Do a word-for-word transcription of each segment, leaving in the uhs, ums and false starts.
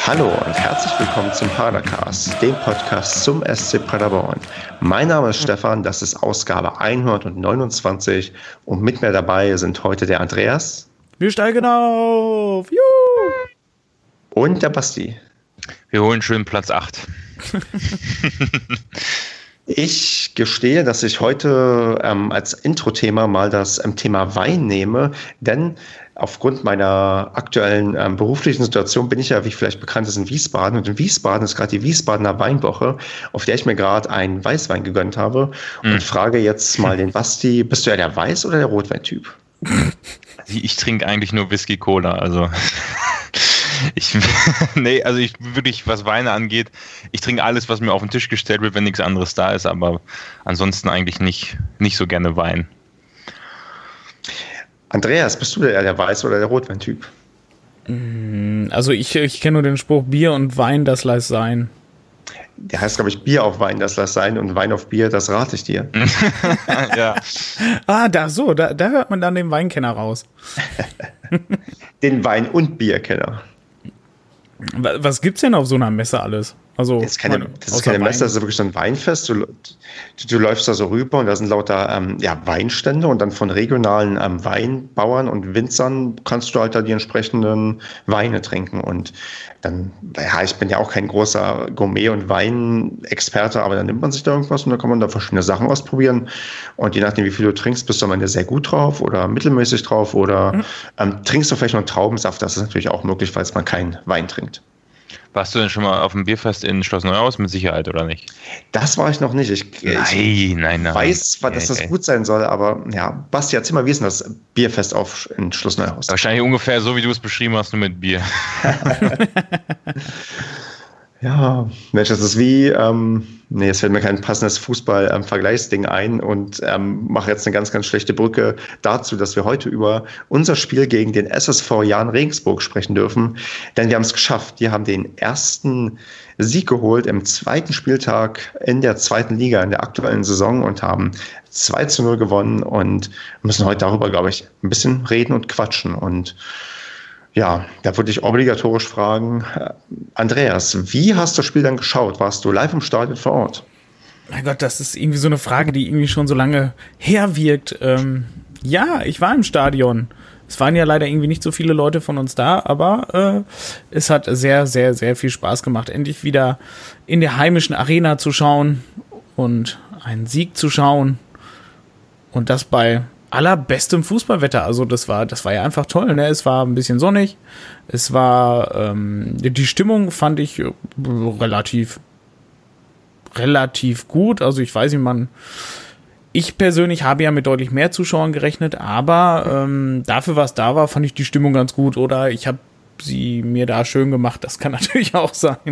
Hallo und herzlich willkommen zum Padercast, dem Podcast zum S C Paderborn. Mein Name ist Stefan, das ist Ausgabe hundertneunundzwanzig und mit mir dabei sind heute der Andreas. Wir steigen auf! Juhu! Und der Basti. Wir holen schön Platz acht. Ich gestehe, dass ich heute ähm, als Intro-Thema mal das ähm, Thema Wein nehme, denn aufgrund meiner aktuellen ähm, beruflichen Situation bin ich ja, wie vielleicht bekannt ist, in Wiesbaden. Und in Wiesbaden ist gerade die Wiesbadener Weinwoche, auf der ich mir gerade einen Weißwein gegönnt habe. Und mhm. frage jetzt mal den Basti, bist du ja der Weiß- oder der Rotweintyp? Ich trinke eigentlich nur Whisky-Cola, also... Ich, nee, also ich wirklich, was Weine angeht, ich trinke alles, was mir auf den Tisch gestellt wird, wenn nichts anderes da ist, aber ansonsten eigentlich nicht, nicht so gerne Wein. Andreas, bist du der, der Weiß- oder der Rotwein-Typ? Also ich, ich kenne nur den Spruch, Bier und Wein, das lass sein. Der heißt, glaube ich, Bier auf Wein, das lass sein, und Wein auf Bier, das rate ich dir. Ja. Ah, da so, da, da hört man dann den Weinkenner raus. Den Wein- und Bierkenner. Was gibt's denn auf so einer Messe alles? Also, das ist keine, das ist keine Messe, das ist wirklich so ein Weinfest. Du, du, du läufst da so rüber und da sind lauter ähm, ja, Weinstände und dann von regionalen ähm, Weinbauern und Winzern kannst du halt da die entsprechenden Weine trinken. Und dann, ja, ich bin ja auch kein großer Gourmet- und Weinexperte, aber dann nimmt man sich da irgendwas und dann kann man da verschiedene Sachen ausprobieren. Und je nachdem, wie viel du trinkst, bist du am Ende sehr gut drauf oder mittelmäßig drauf oder mhm. ähm, trinkst du vielleicht noch einen Traubensaft. Das ist natürlich auch möglich, falls man keinen Wein trinkt. Warst du denn schon mal auf dem Bierfest in Schloss Neuhaus? Mit Sicherheit, oder nicht? Das war ich noch nicht. Ich, nein, ich nein, nein. weiß zwar, dass das gut sein soll, aber ja, Basti, erzähl mal, wie ist denn das Bierfest auf in Schloss Neuhaus? Wahrscheinlich ungefähr so, wie du es beschrieben hast, nur mit Bier. Ja, Mensch, das ist wie, ähm, nee, es fällt mir kein passendes Fußball-Vergleichsding ähm, ein und ähm, mache jetzt eine ganz, ganz schlechte Brücke dazu, dass wir heute über unser Spiel gegen den S S V Jahn Regensburg sprechen dürfen. Denn wir haben es geschafft. Wir haben den ersten Sieg geholt im zweiten Spieltag in der zweiten Liga in der aktuellen Saison und haben zwei zu null gewonnen und müssen heute darüber, glaube ich, ein bisschen reden und quatschen. Und ja, da würde ich obligatorisch fragen, Andreas, wie hast du das Spiel dann geschaut? Warst du live im Stadion vor Ort? Mein Gott, das ist irgendwie so eine Frage, die irgendwie schon so lange her wirkt. Ähm, ja, ich war im Stadion. Es waren ja leider irgendwie nicht so viele Leute von uns da, aber äh, es hat sehr, sehr, sehr viel Spaß gemacht, endlich wieder in der heimischen Arena zu schauen und einen Sieg zu schauen. Und das bei allerbestem Fußballwetter. Also das war, das war ja einfach toll. Ne? Es war ein bisschen sonnig. Es war ähm, die Stimmung fand ich äh, relativ relativ gut. Also ich weiß nicht, man ich persönlich habe ja mit deutlich mehr Zuschauern gerechnet, aber ähm, dafür, was da war, fand ich die Stimmung ganz gut. Oder ich habe sie mir da schön gemacht. Das kann natürlich auch sein.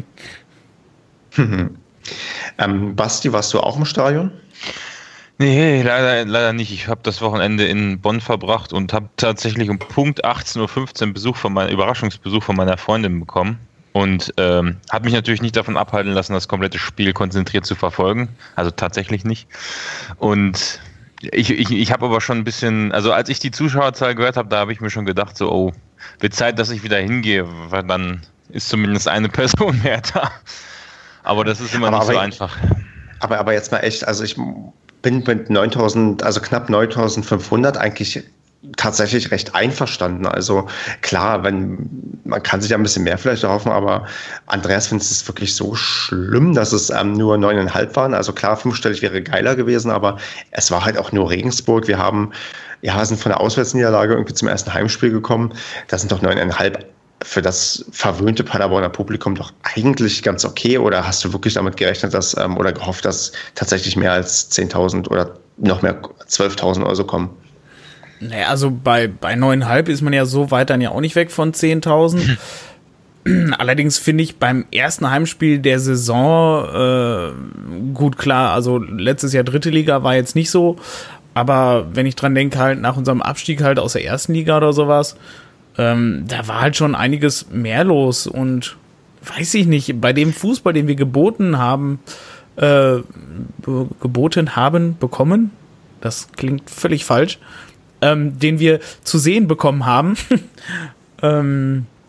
ähm, Basti, warst du auch im Stadion? Nee, leider, leider nicht. Ich habe das Wochenende in Bonn verbracht und habe tatsächlich um Punkt achtzehn Uhr fünfzehn Besuch von meiner Überraschungsbesuch von meiner Freundin bekommen und ähm, habe mich natürlich nicht davon abhalten lassen, das komplette Spiel konzentriert zu verfolgen. Also tatsächlich nicht. Und ich, ich, ich habe aber schon ein bisschen, also als ich die Zuschauerzahl gehört habe, da habe ich mir schon gedacht, so, oh, wird Zeit, dass ich wieder hingehe, weil dann ist zumindest eine Person mehr da. Aber das ist immer aber, nicht aber so einfach. Aber, aber jetzt mal echt, also ich bin mit neuntausend, also knapp neuntausendfünfhundert eigentlich tatsächlich recht einverstanden. Also klar, wenn man kann sich ja ein bisschen mehr vielleicht erhoffen, aber Andreas, findest du es wirklich so schlimm, dass es ähm, nur neuneinhalb waren? Also klar, fünfstellig wäre geiler gewesen, aber es war halt auch nur Regensburg. Wir haben, ja, sind von der Auswärtsniederlage irgendwie zum ersten Heimspiel gekommen. Das sind doch neuneinhalb für das verwöhnte Paderborner Publikum doch eigentlich ganz okay, oder hast du wirklich damit gerechnet, dass ähm, oder gehofft, dass tatsächlich mehr als zehntausend oder noch mehr zwölftausend oder so kommen? Naja, also bei, bei neuneinhalb ist man ja so weit dann ja auch nicht weg von zehntausend. Allerdings finde ich beim ersten Heimspiel der Saison äh, gut klar, also letztes Jahr dritte Liga war jetzt nicht so, aber wenn ich dran denke, halt nach unserem Abstieg halt aus der ersten Liga oder sowas, Ähm, da war halt schon einiges mehr los und weiß ich nicht, bei dem Fußball, den wir geboten haben, äh, be- geboten haben, bekommen, das klingt völlig falsch, ähm, den wir zu sehen bekommen haben, ähm,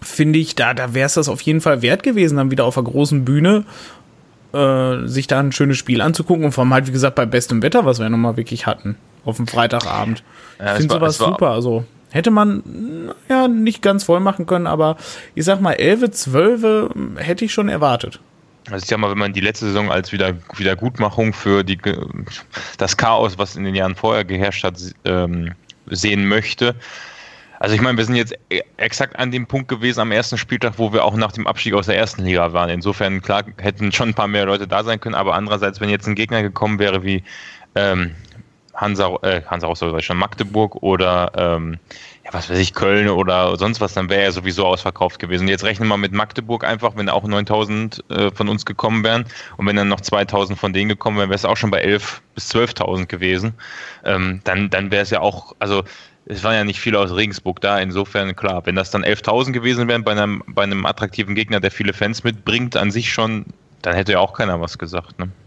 finde ich, da, da wäre es das auf jeden Fall wert gewesen, dann wieder auf der großen Bühne äh, sich da ein schönes Spiel anzugucken und vor allem halt, wie gesagt, bei bestem Wetter, was wir nochmal wirklich hatten, auf dem Freitagabend. Ja, ich finde sowas super, also hätte man ja nicht ganz voll machen können, aber ich sag mal, elf, zwölf hätte ich schon erwartet. Also ich sag mal, wenn man die letzte Saison als wieder, Wiedergutmachung für die, das Chaos, was in den Jahren vorher geherrscht hat, ähm, sehen möchte. Also ich meine, wir sind jetzt exakt an dem Punkt gewesen am ersten Spieltag, wo wir auch nach dem Abstieg aus der ersten Liga waren. Insofern, klar, hätten schon ein paar mehr Leute da sein können, aber andererseits, wenn jetzt ein Gegner gekommen wäre wie ähm, Hansa, äh, Hansa Rostock, schon Magdeburg oder ähm, ja, was weiß ich, Köln oder sonst was, dann wäre er sowieso ausverkauft gewesen. Und jetzt rechnen wir mit Magdeburg einfach, wenn auch neuntausend äh, von uns gekommen wären und wenn dann noch zweitausend von denen gekommen wären, wäre es auch schon bei elf bis zwölftausend gewesen. Ähm, dann dann wäre es ja auch, also es waren ja nicht viele aus Regensburg da, insofern klar, wenn das dann elftausend gewesen wären bei einem, bei einem attraktiven Gegner, der viele Fans mitbringt, an sich schon, dann hätte ja auch keiner was gesagt, ne?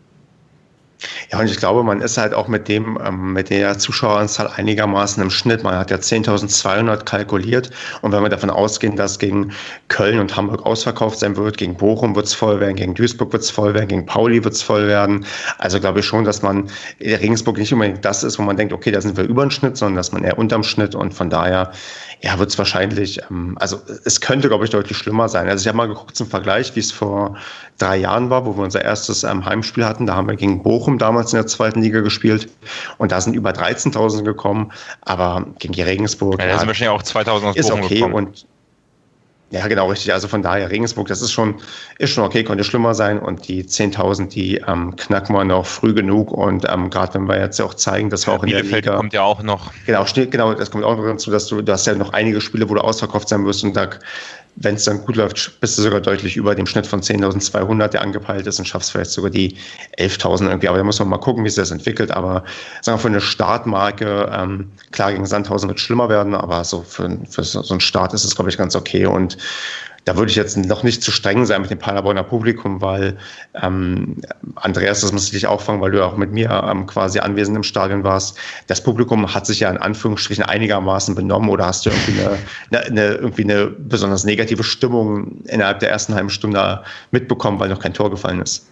Ja, und ich glaube, man ist halt auch mit dem, ähm, mit der Zuschaueranzahl einigermaßen im Schnitt. Man hat ja zehntausendzweihundert kalkuliert. Und wenn wir davon ausgehen, dass gegen Köln und Hamburg ausverkauft sein wird, gegen Bochum wird es voll werden, gegen Duisburg wird es voll werden, gegen Pauli wird es voll werden. Also glaube ich schon, dass man in Regensburg nicht unbedingt das ist, wo man denkt, okay, da sind wir über den Schnitt, sondern dass man eher unterm Schnitt. Und von daher, ja, wird es wahrscheinlich, ähm, also es könnte, glaube ich, deutlich schlimmer sein. Also ich habe mal geguckt zum Vergleich, wie es vor drei Jahren war, wo wir unser erstes ähm, Heimspiel hatten. Da haben wir gegen Bochum damals in der zweiten Liga gespielt und da sind über dreizehntausend gekommen, aber gegen die Regensburg ja, da sind wahrscheinlich auch zweitausend aus ist Bochum okay gekommen. Und ja, genau, richtig. Also von daher, Regensburg, das ist schon, ist schon okay, könnte schlimmer sein und die zehntausend, die ähm, knacken wir noch früh genug und ähm, gerade wenn wir jetzt auch zeigen, dass wir auch in der Liga... kommt ja auch noch. Genau, genau, das kommt auch noch dazu, dass du, du hast ja noch einige Spiele, wo du ausverkauft sein wirst und da, wenn es dann gut läuft, bist du sogar deutlich über dem Schnitt von zehntausendzweihundert, der angepeilt ist und schaffst vielleicht sogar die elftausend irgendwie. Aber da muss man mal gucken, wie sich das entwickelt. Aber sagen wir für eine Startmarke, ähm, klar, gegen Sandhausen wird es schlimmer werden, aber so für, für so einen Start ist es, glaube ich, ganz okay. Und da würde ich jetzt noch nicht zu streng sein mit dem Paderborner Publikum, weil ähm, Andreas, das muss ich dich auch fragen, weil du ja auch mit mir ähm, quasi anwesend im Stadion warst. Das Publikum hat sich ja in Anführungsstrichen einigermaßen benommen oder hast du irgendwie eine, eine, eine, irgendwie eine besonders negative Stimmung innerhalb der ersten halben Stunde mitbekommen, weil noch kein Tor gefallen ist?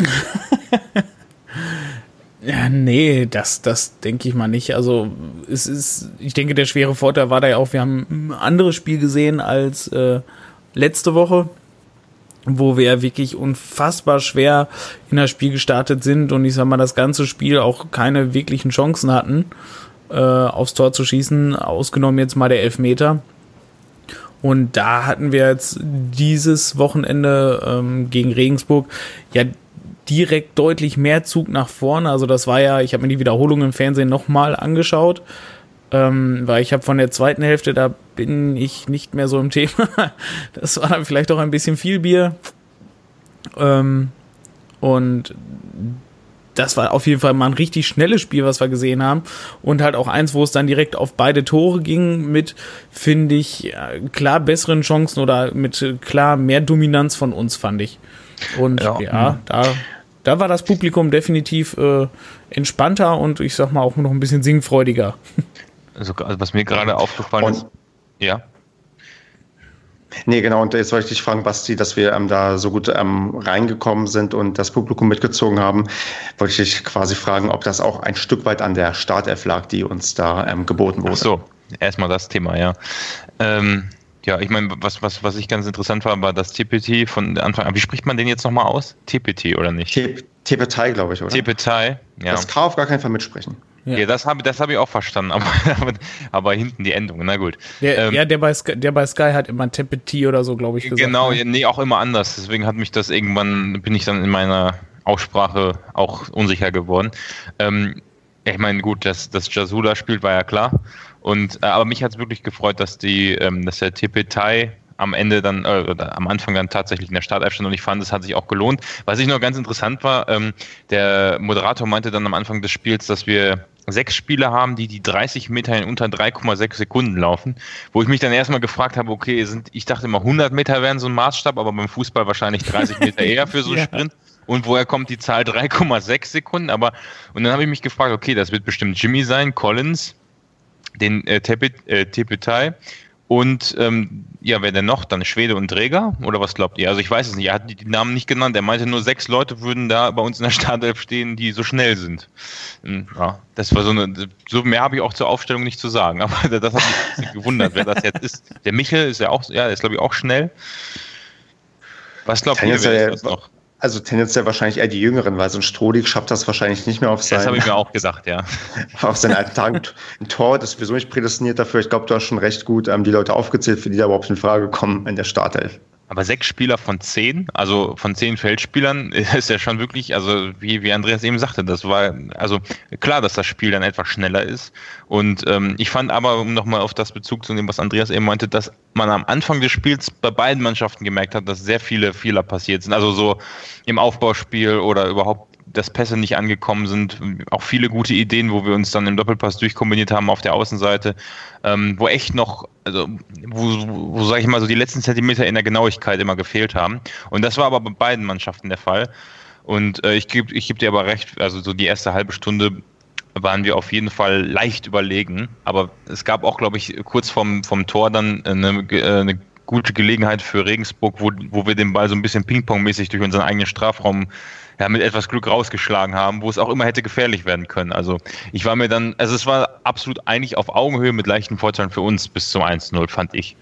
Ja, nee, das, das denke ich mal nicht. Also es ist, ich denke, der schwere Vorteil war da ja auch, wir haben ein anderes Spiel gesehen als äh, letzte Woche, wo wir ja wirklich unfassbar schwer in das Spiel gestartet sind und ich sag mal, das ganze Spiel auch keine wirklichen Chancen hatten, äh, aufs Tor zu schießen, ausgenommen jetzt mal der Elfmeter. Und da hatten wir jetzt dieses Wochenende ähm, gegen Regensburg ja direkt deutlich mehr Zug nach vorne. Also das war ja, ich habe mir die Wiederholung im Fernsehen nochmal angeschaut, Ähm, weil ich habe von der zweiten Hälfte, da bin ich nicht mehr so im Thema. Das war dann vielleicht auch ein bisschen viel Bier. Ähm, und das war auf jeden Fall mal ein richtig schnelles Spiel, was wir gesehen haben. Und halt auch eins, wo es dann direkt auf beide Tore ging mit, finde ich, klar besseren Chancen oder mit klar mehr Dominanz von uns, fand ich. Und ja, ja da, da war das Publikum definitiv äh, entspannter und ich sag mal auch noch ein bisschen singfreudiger. Also, was mir gerade aufgefallen und, ist, ja. Nee, genau, und jetzt wollte ich dich fragen, Basti, dass wir ähm, da so gut ähm, reingekommen sind und das Publikum mitgezogen haben, wollte ich dich quasi fragen, ob das auch ein Stück weit an der Startelf lag, die uns da ähm, geboten wurde. Ach so, erstmal das Thema, ja. Ähm, ja, ich meine, was, was, was ich ganz interessant war, war das T P T von Anfang an. Wie spricht man den jetzt nochmal aus? T P T oder nicht? T P T, glaube ich, oder? T P T, ja. Das K auf gar keinen Fall mitsprechen. Ja, ja das habe das hab ich auch verstanden, aber, aber, aber hinten die Endung, na gut. Der, ähm, ja, der bei, Sky, der bei Sky hat immer T P T oder so, glaube ich, gesagt. Genau, ne? Nee, auch immer anders. Deswegen hat mich das irgendwann, bin ich dann in meiner Aussprache auch unsicher geworden. Ähm, ich meine, gut, dass, dass Jasula spielt, war ja klar. Und, äh, aber mich hat es wirklich gefreut, dass, die, ähm, dass der T P T am Ende dann, äh, oder am Anfang dann tatsächlich in der Startelf stand und ich fand, es hat sich auch gelohnt. Was ich noch ganz interessant war, ähm, der Moderator meinte dann am Anfang des Spiels, dass wir sechs Spieler haben, die die dreißig Meter in unter drei Komma sechs Sekunden laufen, wo ich mich dann erstmal gefragt habe, okay, sind, ich dachte immer hundert Meter wären so ein Maßstab, aber beim Fußball wahrscheinlich dreißig Meter eher für so einen ja. Sprint. Und woher kommt die Zahl drei Komma sechs Sekunden? Aber, und dann habe ich mich gefragt, okay, das wird bestimmt Jimmy sein, Collins, den äh, T P T Und ähm, ja, wer denn noch? Dann Schwede und Dräger? Oder was glaubt ihr? Also ich weiß es nicht. Er hat die, die Namen nicht genannt. Er meinte nur, sechs Leute würden da bei uns in der Startelf stehen, die so schnell sind. Ja, das war so eine. So mehr habe ich auch zur Aufstellung nicht zu sagen. Aber das hat mich gewundert, wer das jetzt ist. Der Michel ist ja auch, ja, der ist glaube ich auch schnell. Was glaubt ihr, wer ist das noch? Also tendenziell wahrscheinlich eher die Jüngeren, weil so ein Strohlig schafft das wahrscheinlich nicht mehr auf sein... Das habe ich mir auch gesagt, ja. Auf seinen alten Tagen. Ein Tor, das ist sowieso nicht prädestiniert dafür. Ich glaube, du hast schon recht gut ähm, die Leute aufgezählt, für die da überhaupt in Frage kommen in der Startelf. Aber sechs Spieler von zehn, also von zehn Feldspielern, ist ja schon wirklich, also wie, wie Andreas eben sagte, das war, also klar, dass das Spiel dann etwas schneller ist. Und ähm, ich fand aber, um nochmal auf das Bezug zu nehmen, was Andreas eben meinte, dass man am Anfang des Spiels bei beiden Mannschaften gemerkt hat, dass sehr viele Fehler passiert sind. Also so im Aufbauspiel oder überhaupt, dass Pässe nicht angekommen sind, auch viele gute Ideen, wo wir uns dann im Doppelpass durchkombiniert haben auf der Außenseite, ähm, wo echt noch, also wo, wo sage ich mal so die letzten Zentimeter in der Genauigkeit immer gefehlt haben. Und das war aber bei beiden Mannschaften der Fall. Und äh, ich gebe ich geb dir aber recht, also so die erste halbe Stunde waren wir auf jeden Fall leicht überlegen. Aber es gab auch, glaube ich, kurz vorm, vom Tor dann eine, eine gute Gelegenheit für Regensburg, wo, wo wir den Ball so ein bisschen Ping-Pong-mäßig durch unseren eigenen Strafraum ja, mit etwas Glück rausgeschlagen haben, wo es auch immer hätte gefährlich werden können. Also ich war mir dann, also es war absolut eigentlich auf Augenhöhe mit leichten Vorteilen für uns bis zum eins null, fand ich.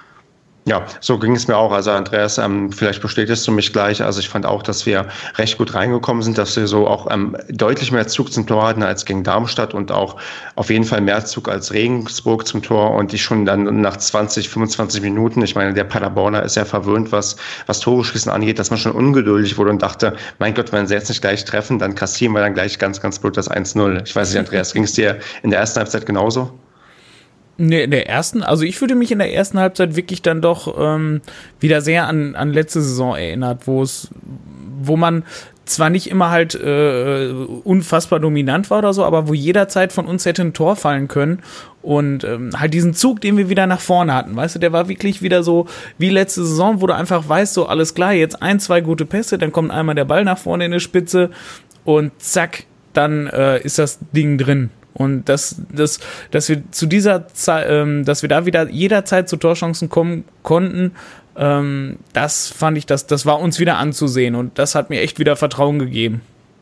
Ja, so ging es mir auch. Also Andreas, ähm, vielleicht bestätigst du mich gleich. Also ich fand auch, dass wir recht gut reingekommen sind, dass wir so auch ähm, deutlich mehr Zug zum Tor hatten als gegen Darmstadt und auch auf jeden Fall mehr Zug als Regensburg zum Tor. Und ich schon dann nach zwanzig, fünfundzwanzig Minuten, ich meine, der Paderborner ist ja verwöhnt, was, was Tore-Schießen angeht, dass man schon ungeduldig wurde und dachte, mein Gott, wenn sie jetzt nicht gleich treffen, dann kassieren wir dann gleich ganz, ganz blöd das eins null. Ich weiß nicht, Andreas, ging es dir in der ersten Halbzeit genauso? Nee, in der ersten, also ich würde mich in der ersten Halbzeit wirklich dann doch ähm, wieder sehr an, an letzte Saison erinnert, wo es, wo man zwar nicht immer halt äh, unfassbar dominant war oder so, aber wo jederzeit von uns hätte ein Tor fallen können und ähm, halt diesen Zug, den wir wieder nach vorne hatten, weißt du, der war wirklich wieder so wie letzte Saison, wo du einfach weißt, so alles klar, jetzt ein, zwei gute Pässe, dann kommt einmal der Ball nach vorne in die Spitze und zack, dann äh, ist das Ding drin. Und dass, dass, dass wir zu dieser Zeit, ähm, dass wir da wieder jederzeit zu Torchancen kommen konnten, ähm, das fand ich, das, das war uns wieder anzusehen und das hat mir echt wieder Vertrauen gegeben.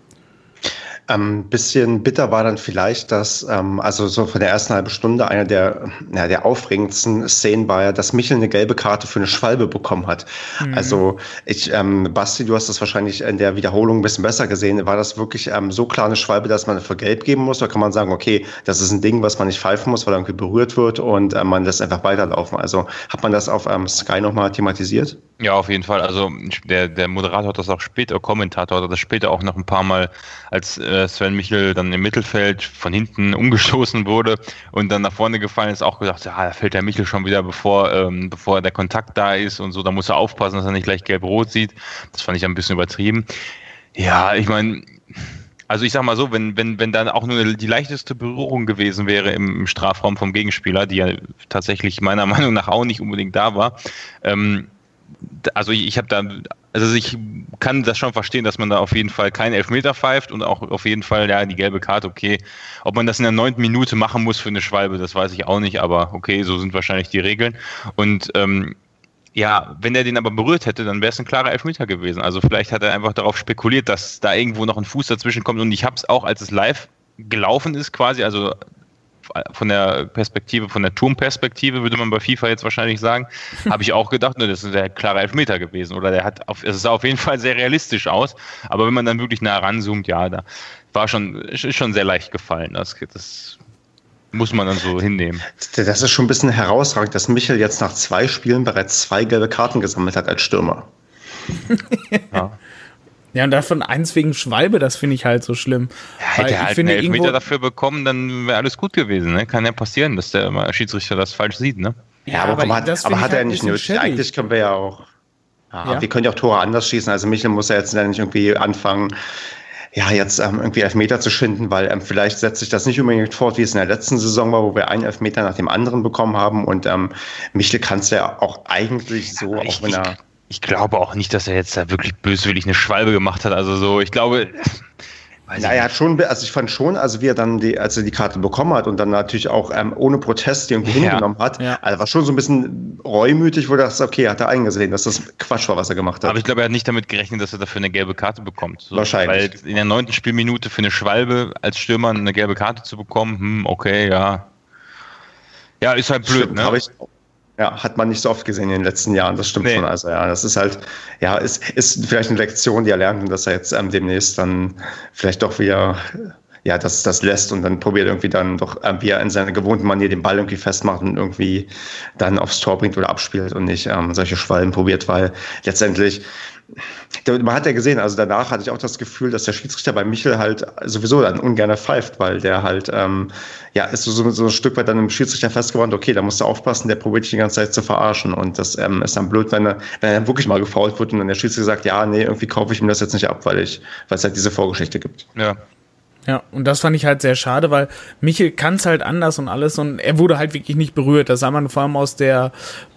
Ein ähm, bisschen bitter war dann vielleicht, dass, ähm, also so von der ersten halben Stunde, eine der, ja, der aufregendsten Szenen war ja, dass Michel eine gelbe Karte für eine Schwalbe bekommen hat. Mhm. Also ich, ähm, Basti, du hast das wahrscheinlich in der Wiederholung ein bisschen besser gesehen. War das wirklich ähm, so klar eine Schwalbe, dass man für gelb geben muss? Oder kann man sagen, okay, das ist ein Ding, was man nicht pfeifen muss, weil irgendwie berührt wird und äh, man lässt einfach weiterlaufen? Also hat man das auf ähm, Sky nochmal thematisiert? Ja, auf jeden Fall. Also der, der Moderator hat das auch später, Kommentator hat das später auch noch ein paar Mal, als äh, Sven Michel dann im Mittelfeld von hinten umgestoßen wurde und dann nach vorne gefallen ist, auch gesagt, ja, da fällt der Michel schon wieder, bevor, ähm, bevor der Kontakt da ist und so, da muss er aufpassen, dass er nicht gleich gelb-rot sieht. Das fand ich ein bisschen übertrieben. Ja, ich meine, also ich sag mal so, wenn, wenn, wenn dann auch nur die leichteste Berührung gewesen wäre im Strafraum vom Gegenspieler, die ja tatsächlich meiner Meinung nach auch nicht unbedingt da war, ähm, also ich, ich habe da, also ich kann das schon verstehen, dass man da auf jeden Fall keinen Elfmeter pfeift und auch auf jeden Fall, ja, die gelbe Karte, okay. Ob man das in der neunten Minute machen muss für eine Schwalbe, das weiß ich auch nicht, aber okay, so sind wahrscheinlich die Regeln. Und ähm, ja, wenn er den aber berührt hätte, dann wäre es ein klarer Elfmeter gewesen. Also vielleicht hat er einfach darauf spekuliert, dass da irgendwo noch ein Fuß dazwischen kommt und ich habe es auch, als es live gelaufen ist quasi, also von der Perspektive, von der Turmperspektive, würde man bei FIFA jetzt wahrscheinlich sagen, habe ich auch gedacht, ne, das ist der klare Elfmeter gewesen. Oder der hat auf, es sah auf jeden Fall sehr realistisch aus. Aber wenn man dann wirklich nah ranzoomt, ja, da war schon, ist schon sehr leicht gefallen. Das, das muss man dann so hinnehmen. Das ist schon ein bisschen herausragend, dass Michel jetzt nach zwei Spielen bereits zwei gelbe Karten gesammelt hat als Stürmer. Ja. Ja, und davon eins wegen Schwalbe, das finde ich halt so schlimm. Ja, hätte er halt einen Elfmeter dafür bekommen, dann wäre alles gut gewesen. Ne? Kann ja passieren, dass der Schiedsrichter das falsch sieht. Ne? Ja, aber, aber, hat, aber hat er halt nicht nötig. Schädig. Eigentlich können wir ja auch, ja, ja. wir können ja auch Tore anders schießen. Also Michel muss ja jetzt nicht irgendwie anfangen, ja, jetzt ähm, irgendwie Elfmeter zu schinden, weil ähm, vielleicht setzt sich das nicht unbedingt fort, wie es in der letzten Saison war, wo wir einen Elfmeter nach dem anderen bekommen haben. Und ähm, Michel kann es ja auch eigentlich so, aber auch wenn er... Ich glaube auch nicht, dass er jetzt da wirklich böswillig eine Schwalbe gemacht hat. Also so, ich glaube, Ja, er hat schon, also ich fand schon, also wie er dann die, als er die Karte bekommen hat und dann natürlich auch ähm, ohne Protest die irgendwie ja. hingenommen hat, ja. also war schon so ein bisschen reumütig, wo er dachte, okay, hat er eingesehen, dass das Quatsch war, was er gemacht hat. Aber ich glaube, er hat nicht damit gerechnet, dass er dafür eine gelbe Karte bekommt. So, Wahrscheinlich. Weil in der neunten Spielminute für eine Schwalbe als Stürmer eine gelbe Karte zu bekommen, hm, okay, ja. Ja, ist halt blöd, Stimmt, ne? Habe ich Ja, hat man nicht so oft gesehen in den letzten Jahren, das stimmt nee. schon. Also ja, das ist halt, ja, ist, ist vielleicht eine Lektion, die er lernt und dass er jetzt ähm, demnächst dann vielleicht doch wieder, ja, das, das lässt und dann probiert irgendwie dann doch, ähm, wie er in seiner gewohnten Manier den Ball irgendwie festmacht und irgendwie dann aufs Tor bringt oder abspielt und nicht ähm, solche Schwalben probiert, weil letztendlich, man hat ja gesehen, also danach hatte ich auch das Gefühl, dass der Schiedsrichter bei Michel halt sowieso dann ungern pfeift, weil der halt, ähm, ja, ist so, so ein Stück weit dann im Schiedsrichter festgewandt, okay, da musst du aufpassen, der probiert dich die ganze Zeit zu verarschen und das ähm, ist dann blöd, wenn er, wenn er wirklich mal gefoult wird und dann der Schiedsrichter sagt, ja, nee, irgendwie kaufe ich ihm das jetzt nicht ab, weil ich, weil es halt diese Vorgeschichte gibt. Ja. Ja, und das fand ich halt sehr schade, weil Michel kann es halt anders und alles und er wurde halt wirklich nicht berührt. Das sah man vor allem aus der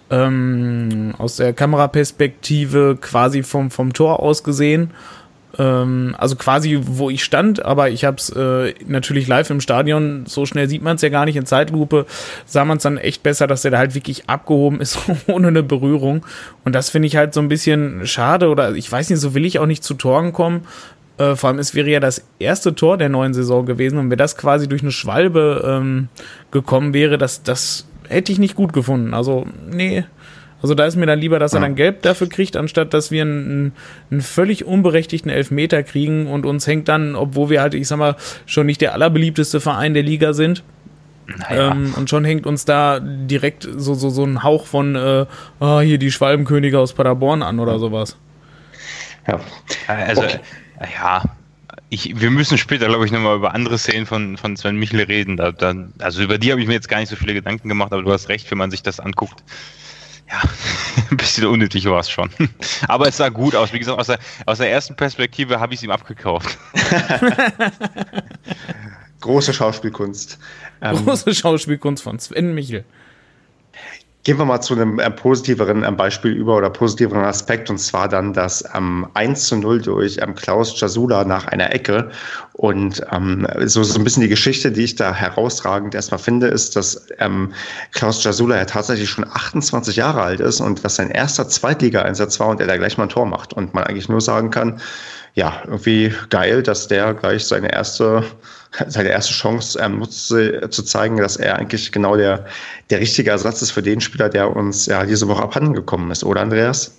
ähm, aus der Kameraperspektive quasi vom, vom Tor aus gesehen. Ähm, also quasi, wo ich stand, aber ich habe es äh, natürlich live im Stadion, so schnell sieht man es ja gar nicht in Zeitlupe, sah man es dann echt besser, dass der da halt wirklich abgehoben ist, ohne eine Berührung. Und das finde ich halt so ein bisschen schade oder ich weiß nicht, so will ich auch nicht zu Toren kommen. Äh, vor allem, es wäre ja das erste Tor der neuen Saison gewesen und wenn das quasi durch eine Schwalbe ähm, gekommen wäre, das, das hätte ich nicht gut gefunden. Also, nee. Also da ist mir dann lieber, dass er dann gelb dafür kriegt, anstatt dass wir einen, einen völlig unberechtigten Elfmeter kriegen und uns hängt dann, obwohl wir halt, ich sag mal, schon nicht der allerbeliebteste Verein der Liga sind. Naja. Ähm, und schon hängt uns da direkt so, so, so ein Hauch von äh, oh, hier die Schwalbenkönige aus Paderborn an oder sowas. Ja, also okay. Ja, ich, wir müssen später, glaube ich, nochmal über andere Szenen von, von Sven Michel reden. Da, da, also über die habe ich mir jetzt gar nicht so viele Gedanken gemacht, aber du hast recht, wenn man sich das anguckt. Ja, ein bisschen unnötig war es schon. Aber es sah gut aus. Wie gesagt, aus der, aus der ersten Perspektive habe ich es ihm abgekauft. Große Schauspielkunst. Große Schauspielkunst von Sven Michel. Gehen wir mal zu einem äh, positiveren äh, Beispiel über oder positiveren Aspekt und zwar dann das ähm, eins zu null durch ähm, Klaus Jasula nach einer Ecke und ähm, so, so ein bisschen die Geschichte, die ich da herausragend erstmal finde, ist, dass ähm, Klaus Jasula ja tatsächlich schon achtundzwanzig Jahre alt ist und dass sein erster Zweitliga-Einsatz war und er da gleich mal ein Tor macht und man eigentlich nur sagen kann, ja, irgendwie geil, dass der gleich seine erste seine erste Chance ähm, nutzt, äh, zu zeigen, dass er eigentlich genau der, der richtige Ersatz ist für den Spieler, der uns ja diese Woche abhanden gekommen ist, oder Andreas?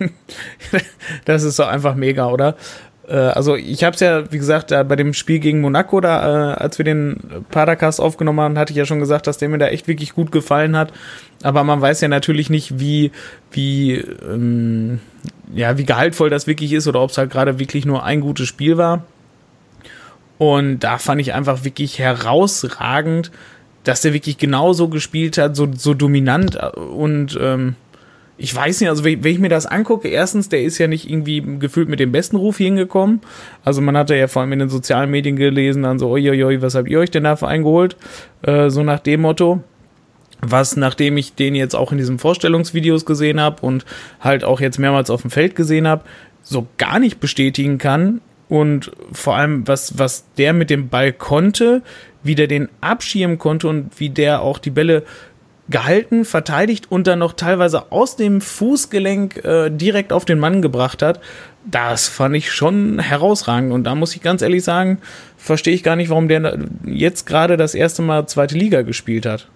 Das ist doch einfach mega, oder? Äh, also ich habe es ja, wie gesagt, da bei dem Spiel gegen Monaco, da, äh, als wir den Padercast aufgenommen haben, hatte ich ja schon gesagt, dass der mir da echt wirklich gut gefallen hat. Aber man weiß ja natürlich nicht, wie, wie, ähm, ja, wie gehaltvoll das wirklich ist oder ob es halt gerade wirklich nur ein gutes Spiel war. Und da fand ich einfach wirklich herausragend, dass der wirklich genauso gespielt hat, so, so dominant. Und ähm, ich weiß nicht, also wenn, wenn ich mir das angucke, erstens, der ist ja nicht irgendwie gefühlt mit dem besten Ruf hingekommen. Also man hatte ja vor allem in den sozialen Medien gelesen, dann so, uiuiui, was habt ihr euch denn dafür eingeholt? Äh, so nach dem Motto. Was, nachdem ich den jetzt auch in diesen Vorstellungsvideos gesehen habe und halt auch jetzt mehrmals auf dem Feld gesehen habe, so gar nicht bestätigen kann. Und vor allem, was, was der mit dem Ball konnte, wie der den abschirmen konnte und wie der auch die Bälle gehalten, verteidigt und dann noch teilweise aus dem Fußgelenk äh, direkt auf den Mann gebracht hat, das fand ich schon herausragend. Und da muss ich ganz ehrlich sagen, verstehe ich gar nicht, warum der jetzt gerade das erste Mal zweite Liga gespielt hat.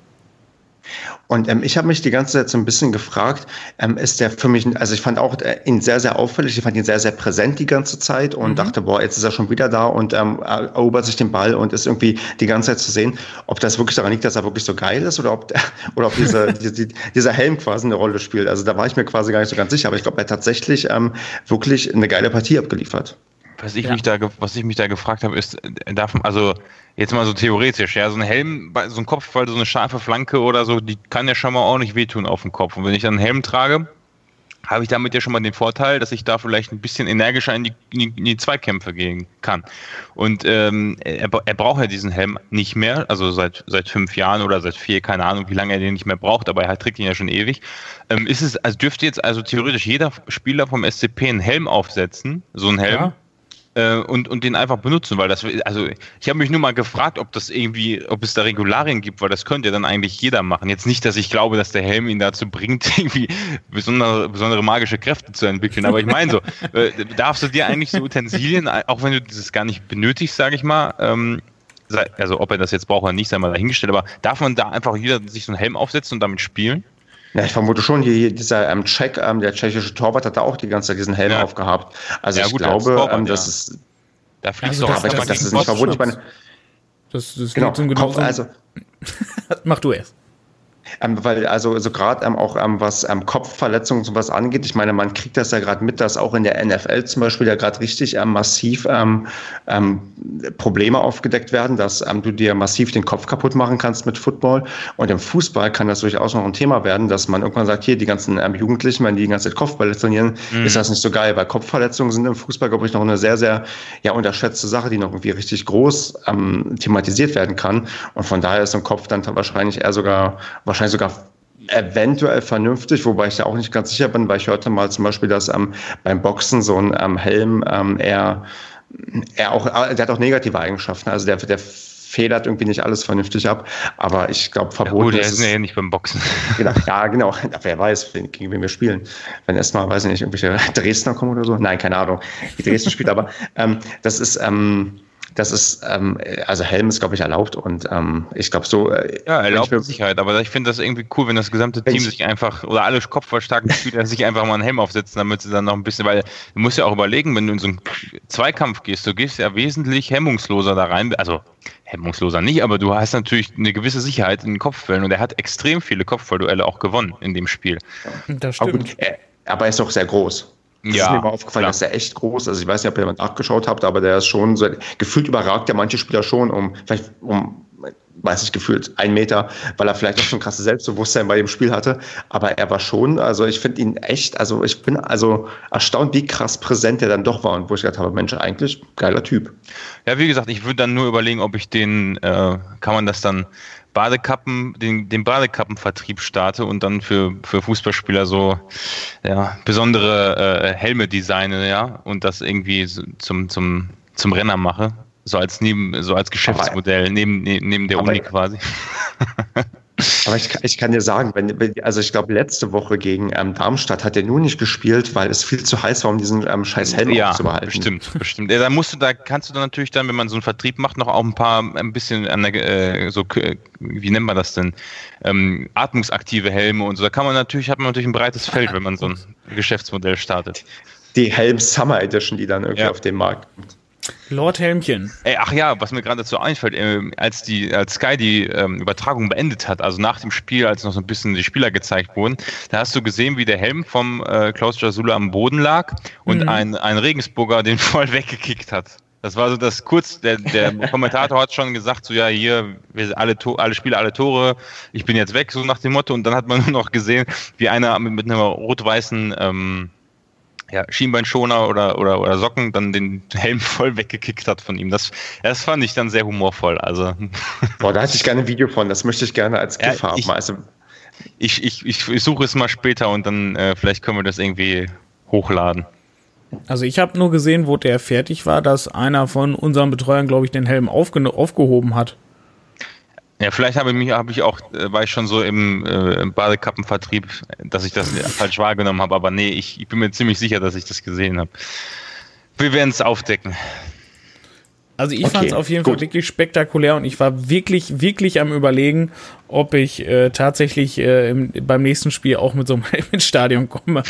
Und ähm, ich habe mich die ganze Zeit so ein bisschen gefragt, ähm, ist der für mich, also ich fand auch äh, ihn sehr, sehr auffällig, ich fand ihn sehr, sehr präsent die ganze Zeit und mhm. dachte, boah, jetzt ist er schon wieder da und ähm, erobert sich den Ball und ist irgendwie die ganze Zeit zu sehen, ob das wirklich daran liegt, dass er wirklich so geil ist oder ob, der, oder ob diese, die, dieser Helm quasi eine Rolle spielt. Also da war ich mir quasi gar nicht so ganz sicher, aber ich glaube, er hat tatsächlich ähm, wirklich eine geile Partie abgeliefert. Was ich, ja. mich da, was ich mich da gefragt habe, ist, darf, also jetzt mal so theoretisch, ja, so ein Helm, so ein Kopfball, so eine scharfe Flanke oder so, die kann ja schon mal ordentlich wehtun auf dem Kopf. Und wenn ich dann einen Helm trage, habe ich damit ja schon mal den Vorteil, dass ich da vielleicht ein bisschen energischer in die, in die Zweikämpfe gehen kann. Und ähm, er, er braucht ja diesen Helm nicht mehr, also seit seit fünf Jahren oder seit vier, keine Ahnung, wie lange er den nicht mehr braucht, aber er trägt ihn ja schon ewig. Ähm, ist es, also dürfte jetzt also theoretisch jeder Spieler vom S C P einen Helm aufsetzen, so einen Helm? Ja. äh, und, und den einfach benutzen, weil das, also ich habe mich nur mal gefragt, ob das irgendwie, ob es da Regularien gibt, weil das könnte ja dann eigentlich jeder machen. Jetzt nicht, dass ich glaube, dass der Helm ihn dazu bringt, irgendwie besondere, besondere magische Kräfte zu entwickeln, aber ich meine so, äh, darfst du dir eigentlich so Utensilien, auch wenn du das gar nicht benötigst, sage ich mal, ähm, also ob er das jetzt braucht oder nicht, sei mal dahingestellt, aber darf man da einfach jeder sich so einen Helm aufsetzen und damit spielen? Ja, ich vermute schon, hier, dieser ähm, Czech, ähm, der tschechische Torwart hat da auch die ganze Zeit diesen Helm ja. aufgehabt. Also ja, ich gut, glaube, Torwart, ähm, das ja. ist... Da fliegst also du auch das, das, das ist nicht verwundert. Ich meine, das, das genau, Kopf, also... Mach du erst. Ähm, weil also so gerade ähm, auch ähm, was ähm, Kopfverletzungen und sowas angeht, ich meine, man kriegt das ja gerade mit, dass auch in der N F L zum Beispiel ja gerade richtig ähm, massiv ähm, ähm, Probleme aufgedeckt werden, dass ähm, du dir massiv den Kopf kaputt machen kannst mit Football. Und im Fußball kann das durchaus noch ein Thema werden, dass man irgendwann sagt, hier die ganzen ähm, Jugendlichen, wenn die die ganze Zeit Kopfball trainieren, mhm. ist das nicht so geil, weil Kopfverletzungen sind im Fußball, glaube ich, noch eine sehr, sehr ja unterschätzte Sache, die noch irgendwie richtig groß ähm, thematisiert werden kann. Und von daher ist so ein Kopf dann wahrscheinlich eher sogar wahrscheinlich sogar eventuell vernünftig, wobei ich ja auch nicht ganz sicher bin, weil ich hörte mal zum Beispiel, dass ähm, beim Boxen so ein ähm, Helm ähm, eher, eher auch, der hat auch negative Eigenschaften, also der, der federt irgendwie nicht alles vernünftig ab, aber ich glaube, verboten ja, gut, ist es ja nicht beim Boxen. Genau, ja, genau, wer weiß, gegen wen wir spielen. Wenn erstmal, weiß ich nicht, irgendwelche Dresdner kommen oder so, nein, keine Ahnung, wie Dresden spielt, aber ähm, das ist, ähm, Das ist, ähm, also Helm ist, glaube ich, erlaubt und ähm, ich glaube so... Äh, ja, erlaubt mit Sicherheit, aber ich finde das irgendwie cool, wenn das gesamte Team sich einfach, oder alle kopfballstarken Spieler sich einfach mal einen Helm aufsetzen, damit sie dann noch ein bisschen, weil du musst ja auch überlegen, wenn du in so einen Zweikampf gehst, du gehst ja wesentlich hemmungsloser da rein, also hemmungsloser nicht, aber du hast natürlich eine gewisse Sicherheit in den Kopfbällen und er hat extrem viele Kopfballduelle auch gewonnen in dem Spiel. Das stimmt. Aber, gut, er, aber er ist auch sehr groß. Das ja, ist mir mal aufgefallen, klar. Dass der echt groß ist. Also ich weiß nicht, ob ihr nachgeschaut habt, aber der ist schon so, gefühlt überragt ja manche Spieler schon um, vielleicht um, weiß ich, gefühlt einen Meter, weil er vielleicht auch schon krasse Selbstbewusstsein bei dem Spiel hatte. Aber er war schon, also ich finde ihn echt, also ich bin also erstaunt, wie krass präsent er dann doch war und wo ich gedacht habe, Mensch, eigentlich geiler Typ. Ja, wie gesagt, ich würde dann nur überlegen, ob ich den, äh, kann man das dann Badekappen, den, den Badekappenvertrieb starte und dann für, für Fußballspieler so ja, besondere äh, Helme designe, ja, und das irgendwie so zum, zum, zum Renner mache. So als neben, so als Geschäftsmodell, aber, neben, neben der Uni quasi. Aber ich, ich kann dir sagen, wenn, also ich glaube, letzte Woche gegen ähm, Darmstadt hat er nur nicht gespielt, weil es viel zu heiß war, um diesen ähm, scheiß Helm ja, aufzubehalten. Bestimmt, bestimmt. Ja, da musst du, da kannst du dann natürlich dann, wenn man so einen Vertrieb macht, noch auch ein paar, ein bisschen an der, äh, so, wie nennt man das denn? Ähm, atmungsaktive Helme und so. Da kann man natürlich, hat man natürlich ein breites Feld, wenn man so ein Geschäftsmodell startet. Die Helm Summer Edition, die dann irgendwie ja. auf den Markt kommt. Lord Helmchen. Ey, ach ja, was mir gerade dazu einfällt, äh, als die, als Sky die ähm, Übertragung beendet hat, also nach dem Spiel, als noch so ein bisschen die Spieler gezeigt wurden, da hast du gesehen, wie der Helm vom äh, Klaus Jasula am Boden lag und mhm. ein, ein Regensburger den voll weggekickt hat. Das war so das kurz, der, der Kommentator hat schon gesagt, so ja, hier, wir alle, alle Spieler, alle Tore, ich bin jetzt weg, so nach dem Motto. Und dann hat man nur noch gesehen, wie einer mit, mit einer rot-weißen ähm, ja, Schienbeinschoner oder, oder, oder Socken dann den Helm voll weggekickt hat von ihm. Das, das fand ich dann sehr humorvoll. Also. Boah, da hätte ich gerne ein Video von, das möchte ich gerne als GIF ja, haben. Ich, also, ich, ich, ich, ich suche es mal später und dann äh, vielleicht können wir das irgendwie hochladen. Also ich habe nur gesehen, wo der fertig war, dass einer von unseren Betreuern, glaube ich, den Helm aufge- aufgehoben hat. Ja, vielleicht habe ich mich, habe ich auch, war ich schon so im, äh, im Badekappenvertrieb, dass ich das falsch wahrgenommen habe, aber nee, ich, ich bin mir ziemlich sicher, dass ich das gesehen habe. Wir werden es aufdecken. Also ich okay, fand es auf jeden gut. Fall wirklich spektakulär und ich war wirklich, wirklich am Überlegen, ob ich äh, tatsächlich äh, im, beim nächsten Spiel auch mit so einem Helm ins Stadion komme.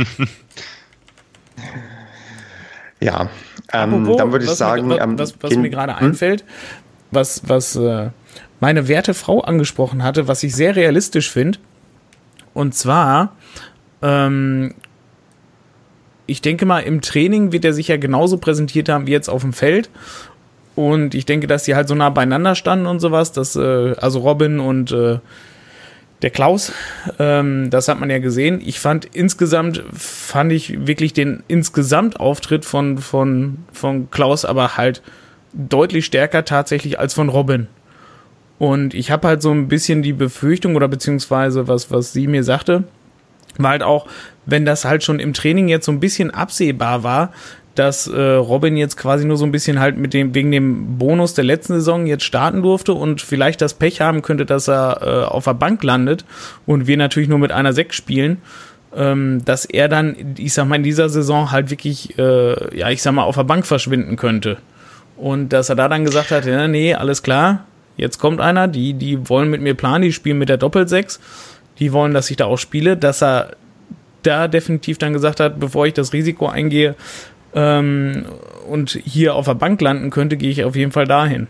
Ja, ähm, Apropos, dann würde ich was sagen... Mir, ähm, was was gehen, mir gerade hm? einfällt, was, was äh, meine werte Frau angesprochen hatte, was ich sehr realistisch finde, und zwar, ähm, ich denke mal, im Training wird er sich ja genauso präsentiert haben wie jetzt auf dem Feld. Und ich denke, dass die halt so nah beieinander standen und sowas, dass, äh, also Robin und äh, der Klaus, ähm, das hat man ja gesehen. Ich fand insgesamt, fand ich wirklich den Insgesamtauftritt von, von, von Klaus aber halt deutlich stärker tatsächlich als von Robin. Und ich habe halt so ein bisschen die Befürchtung oder beziehungsweise was, was sie mir sagte, war halt auch, wenn das halt schon im Training jetzt so ein bisschen absehbar war, dass äh, Robin jetzt quasi nur so ein bisschen halt mit dem, wegen dem Bonus der letzten Saison jetzt starten durfte und vielleicht das Pech haben könnte, dass er äh, auf der Bank landet und wir natürlich nur mit einer sechs spielen, ähm, dass er dann, ich sag mal, in dieser Saison halt wirklich, äh, ja, ich sag mal, auf der Bank verschwinden könnte. Und dass er da dann gesagt hat, ja, nee, alles klar, jetzt kommt einer, die, die wollen mit mir planen, die spielen mit der Doppelsechs, die wollen, dass ich da auch spiele, dass er da definitiv dann gesagt hat, bevor ich das Risiko eingehe, Ähm, und hier auf der Bank landen könnte, gehe ich auf jeden Fall dahin.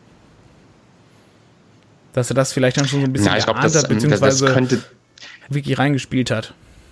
Dass er das vielleicht dann schon so ein bisschen ja, ich glaub, das, hat, beziehungsweise das könnte, wirklich reingespielt hat.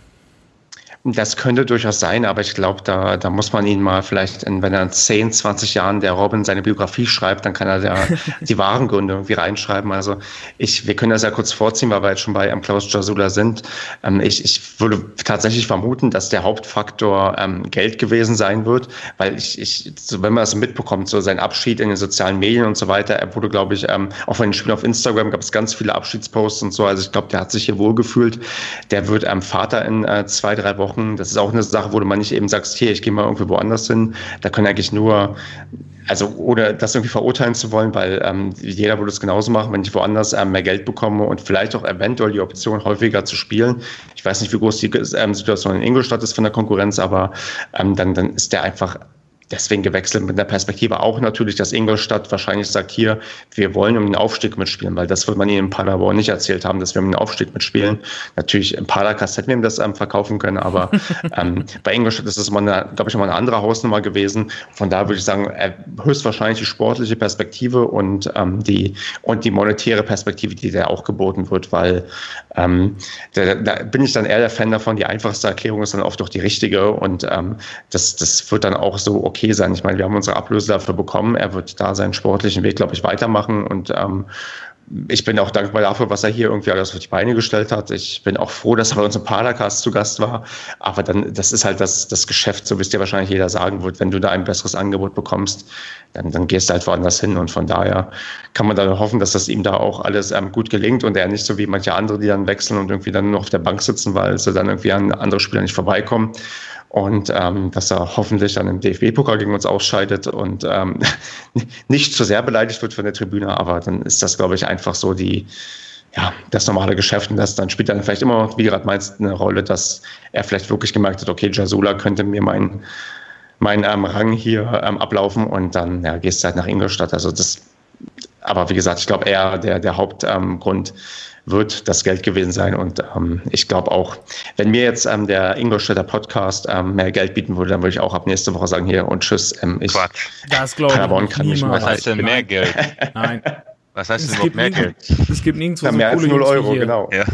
Das könnte durchaus sein, aber ich glaube, da, da muss man ihn mal vielleicht, in, wenn er in zehn, zwanzig Jahren der Robin seine Biografie schreibt, dann kann er da die wahren Gründe irgendwie reinschreiben. Also ich, wir können das ja kurz vorziehen, weil wir jetzt schon bei ähm, Klaus Jasula sind. Ähm, ich, ich würde tatsächlich vermuten, dass der Hauptfaktor ähm, Geld gewesen sein wird, weil ich, ich so, wenn man das mitbekommt, so sein Abschied in den sozialen Medien und so weiter, er wurde, glaube ich, ähm, auch von den Spielen auf Instagram gab es ganz viele Abschiedsposts und so. Also ich glaube, der hat sich hier wohlgefühlt. Der wird ähm, Vater in äh, zwei, drei Wochen. Das ist auch eine Sache, wo du mal nicht eben sagst, hier, ich gehe mal irgendwie woanders hin. Da können eigentlich nur, also ohne das irgendwie verurteilen zu wollen, weil ähm, jeder würde es genauso machen, wenn ich woanders ähm, mehr Geld bekomme und vielleicht auch eventuell die Option häufiger zu spielen. Ich weiß nicht, wie groß die ähm, Situation in Ingolstadt ist von der Konkurrenz, aber ähm, dann, dann ist der einfach deswegen gewechselt mit der Perspektive auch natürlich, dass Ingolstadt wahrscheinlich sagt, hier, wir wollen um den Aufstieg mitspielen, weil das wird man ihnen in Paderborn nicht erzählt haben, dass wir um den Aufstieg mitspielen. Natürlich im Padercast hätten wir ihm das ähm, verkaufen können, aber ähm, bei Ingolstadt ist es mal, glaube ich, mal eine andere Hausnummer gewesen. Von daher würde ich sagen, äh, höchstwahrscheinlich die sportliche Perspektive und ähm, die und die monetäre Perspektive, die da auch geboten wird, weil ähm, da, da bin ich dann eher der Fan davon, die einfachste Erklärung ist dann oft doch die richtige und ähm, das, das wird dann auch so okay sein. Ich meine, wir haben unsere Ablöse dafür bekommen. Er wird da seinen sportlichen Weg, glaube ich, weitermachen und ähm, ich bin auch dankbar dafür, was er hier irgendwie alles auf die Beine gestellt hat. Ich bin auch froh, dass er bei uns im Padercast zu Gast war. Aber dann, das ist halt das, das Geschäft, so wie es dir wahrscheinlich jeder sagen wird. Wenn du da ein besseres Angebot bekommst, dann, dann gehst du halt woanders hin. Und von daher kann man dann hoffen, dass das ihm da auch alles ähm, gut gelingt und er nicht so wie manche andere, die dann wechseln und irgendwie dann nur auf der Bank sitzen, weil sie dann irgendwie an andere Spieler nicht vorbeikommen. Und ähm, dass er hoffentlich dann im D F B-Pokal gegen uns ausscheidet und ähm, nicht zu sehr beleidigt wird von der Tribüne, aber dann ist das, glaube ich, einfach so die, ja, das normale Geschäft und das dann spielt dann vielleicht immer noch, wie du gerade meinst, eine Rolle, dass er vielleicht wirklich gemerkt hat, okay, Jasula könnte mir meinen mein, ähm, Rang hier ähm, ablaufen und dann ja, gehst du halt nach Ingolstadt. Also das, aber wie gesagt, ich glaube eher der, der Hauptgrund ähm, wird das Geld gewesen sein. Und ähm, ich glaube auch, wenn mir jetzt ähm, der Ingolstädter Podcast ähm, mehr Geld bieten würde, dann würde ich auch ab nächste Woche sagen, hier und tschüss. Ähm, ich, Quatsch. Das glaube ich kann nicht Was heißt denn mehr Geld? Nein. Was heißt denn Es überhaupt gibt mehr nirgends- Geld? Es gibt nirgendwo Ja, so mehr als coole null Jungs wie Euro, hier. genau. Ja.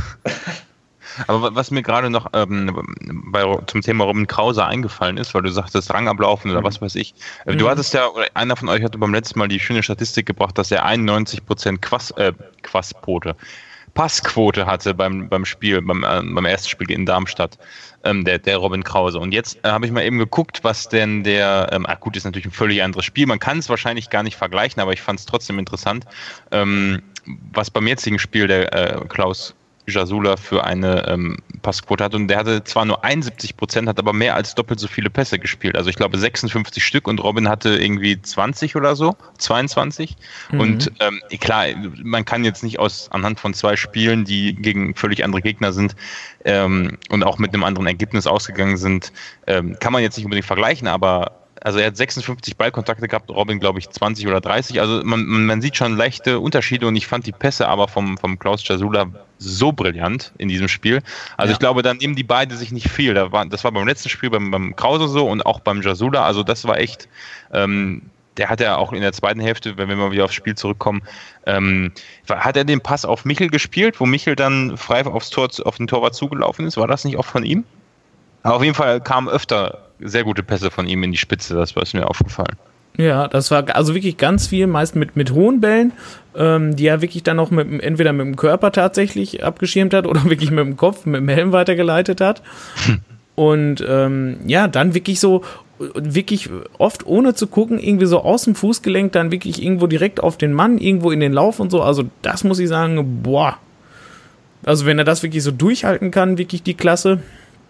Aber was mir gerade noch ähm, bei, zum Thema Robin Krause eingefallen ist, weil du sagtest Rangablaufen oder was weiß ich. Mhm. Du hattest ja, oder einer von euch hatte beim letzten Mal die schöne Statistik gebracht, dass er einundneunzig Prozent Quass, äh, Quassquote, Passquote hatte beim, beim Spiel, beim, äh, beim ersten Spiel in Darmstadt, ähm, der, der Robin Krause. Und jetzt äh, habe ich mal eben geguckt, was denn der, ähm, ah gut, ist natürlich ein völlig anderes Spiel, man kann es wahrscheinlich gar nicht vergleichen, aber ich fand es trotzdem interessant, ähm, was beim jetzigen Spiel der äh, Klaus Jasula für eine ähm, Passquote hat und der hatte zwar nur einundsiebzig Prozent, hat aber mehr als doppelt so viele Pässe gespielt, also ich glaube sechsundfünfzig Stück und Robin hatte irgendwie zwanzig oder so, zweiundzwanzig mhm. und ähm, klar, man kann jetzt nicht aus anhand von zwei Spielen, die gegen völlig andere Gegner sind ähm, und auch mit einem anderen Ergebnis ausgegangen sind, ähm, kann man jetzt nicht unbedingt vergleichen, aber also er hat sechsundfünfzig Ballkontakte gehabt, Robin glaube ich zwanzig oder dreißig, also man, man sieht schon leichte Unterschiede und ich fand die Pässe aber vom, vom Klaus Jasula so brillant in diesem Spiel. Also ja. Ich glaube, dann nehmen die beide sich nicht viel. Da war, das war beim letzten Spiel beim, beim Krause so und auch beim Jasula, also das war echt, ähm, der hat ja auch in der zweiten Hälfte, wenn wir mal wieder aufs Spiel zurückkommen, ähm, hat er den Pass auf Michel gespielt, wo Michel dann frei aufs Tor, auf den Torwart zugelaufen ist? War das nicht auch von ihm? Aber auf jeden Fall kamen öfter sehr gute Pässe von ihm in die Spitze, das war mir aufgefallen. Ja, das war also wirklich ganz viel, meist mit, mit hohen Bällen, ähm, die er wirklich dann auch mit, entweder mit dem Körper tatsächlich abgeschirmt hat oder wirklich mit dem Kopf, mit dem Helm weitergeleitet hat. Hm. Und ähm, ja, dann wirklich so, wirklich oft ohne zu gucken, irgendwie so aus dem Fußgelenk, dann wirklich irgendwo direkt auf den Mann, irgendwo in den Lauf und so. Also das muss ich sagen, boah. Also wenn er das wirklich so durchhalten kann, wirklich die Klasse.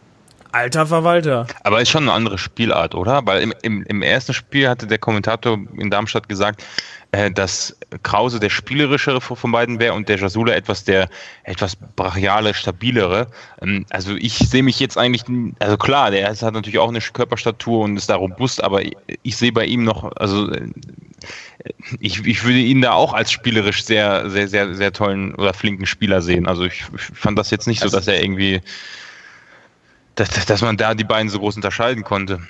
Alter Verwalter. Aber ist schon eine andere Spielart, oder? Weil im, im, im ersten Spiel hatte der Kommentator in Darmstadt gesagt, äh, dass Krause der spielerischere von beiden wäre und der Jasula etwas der etwas brachiale, stabilere. Ähm, also ich sehe mich jetzt eigentlich, also klar, der hat natürlich auch eine Körperstatur und ist da robust, aber ich, ich sehe bei ihm noch, also äh, ich, ich würde ihn da auch als spielerisch sehr, sehr, sehr, sehr tollen oder flinken Spieler sehen. Also ich, ich fand das jetzt nicht so, dass er irgendwie Dass, dass man da die beiden so groß unterscheiden konnte.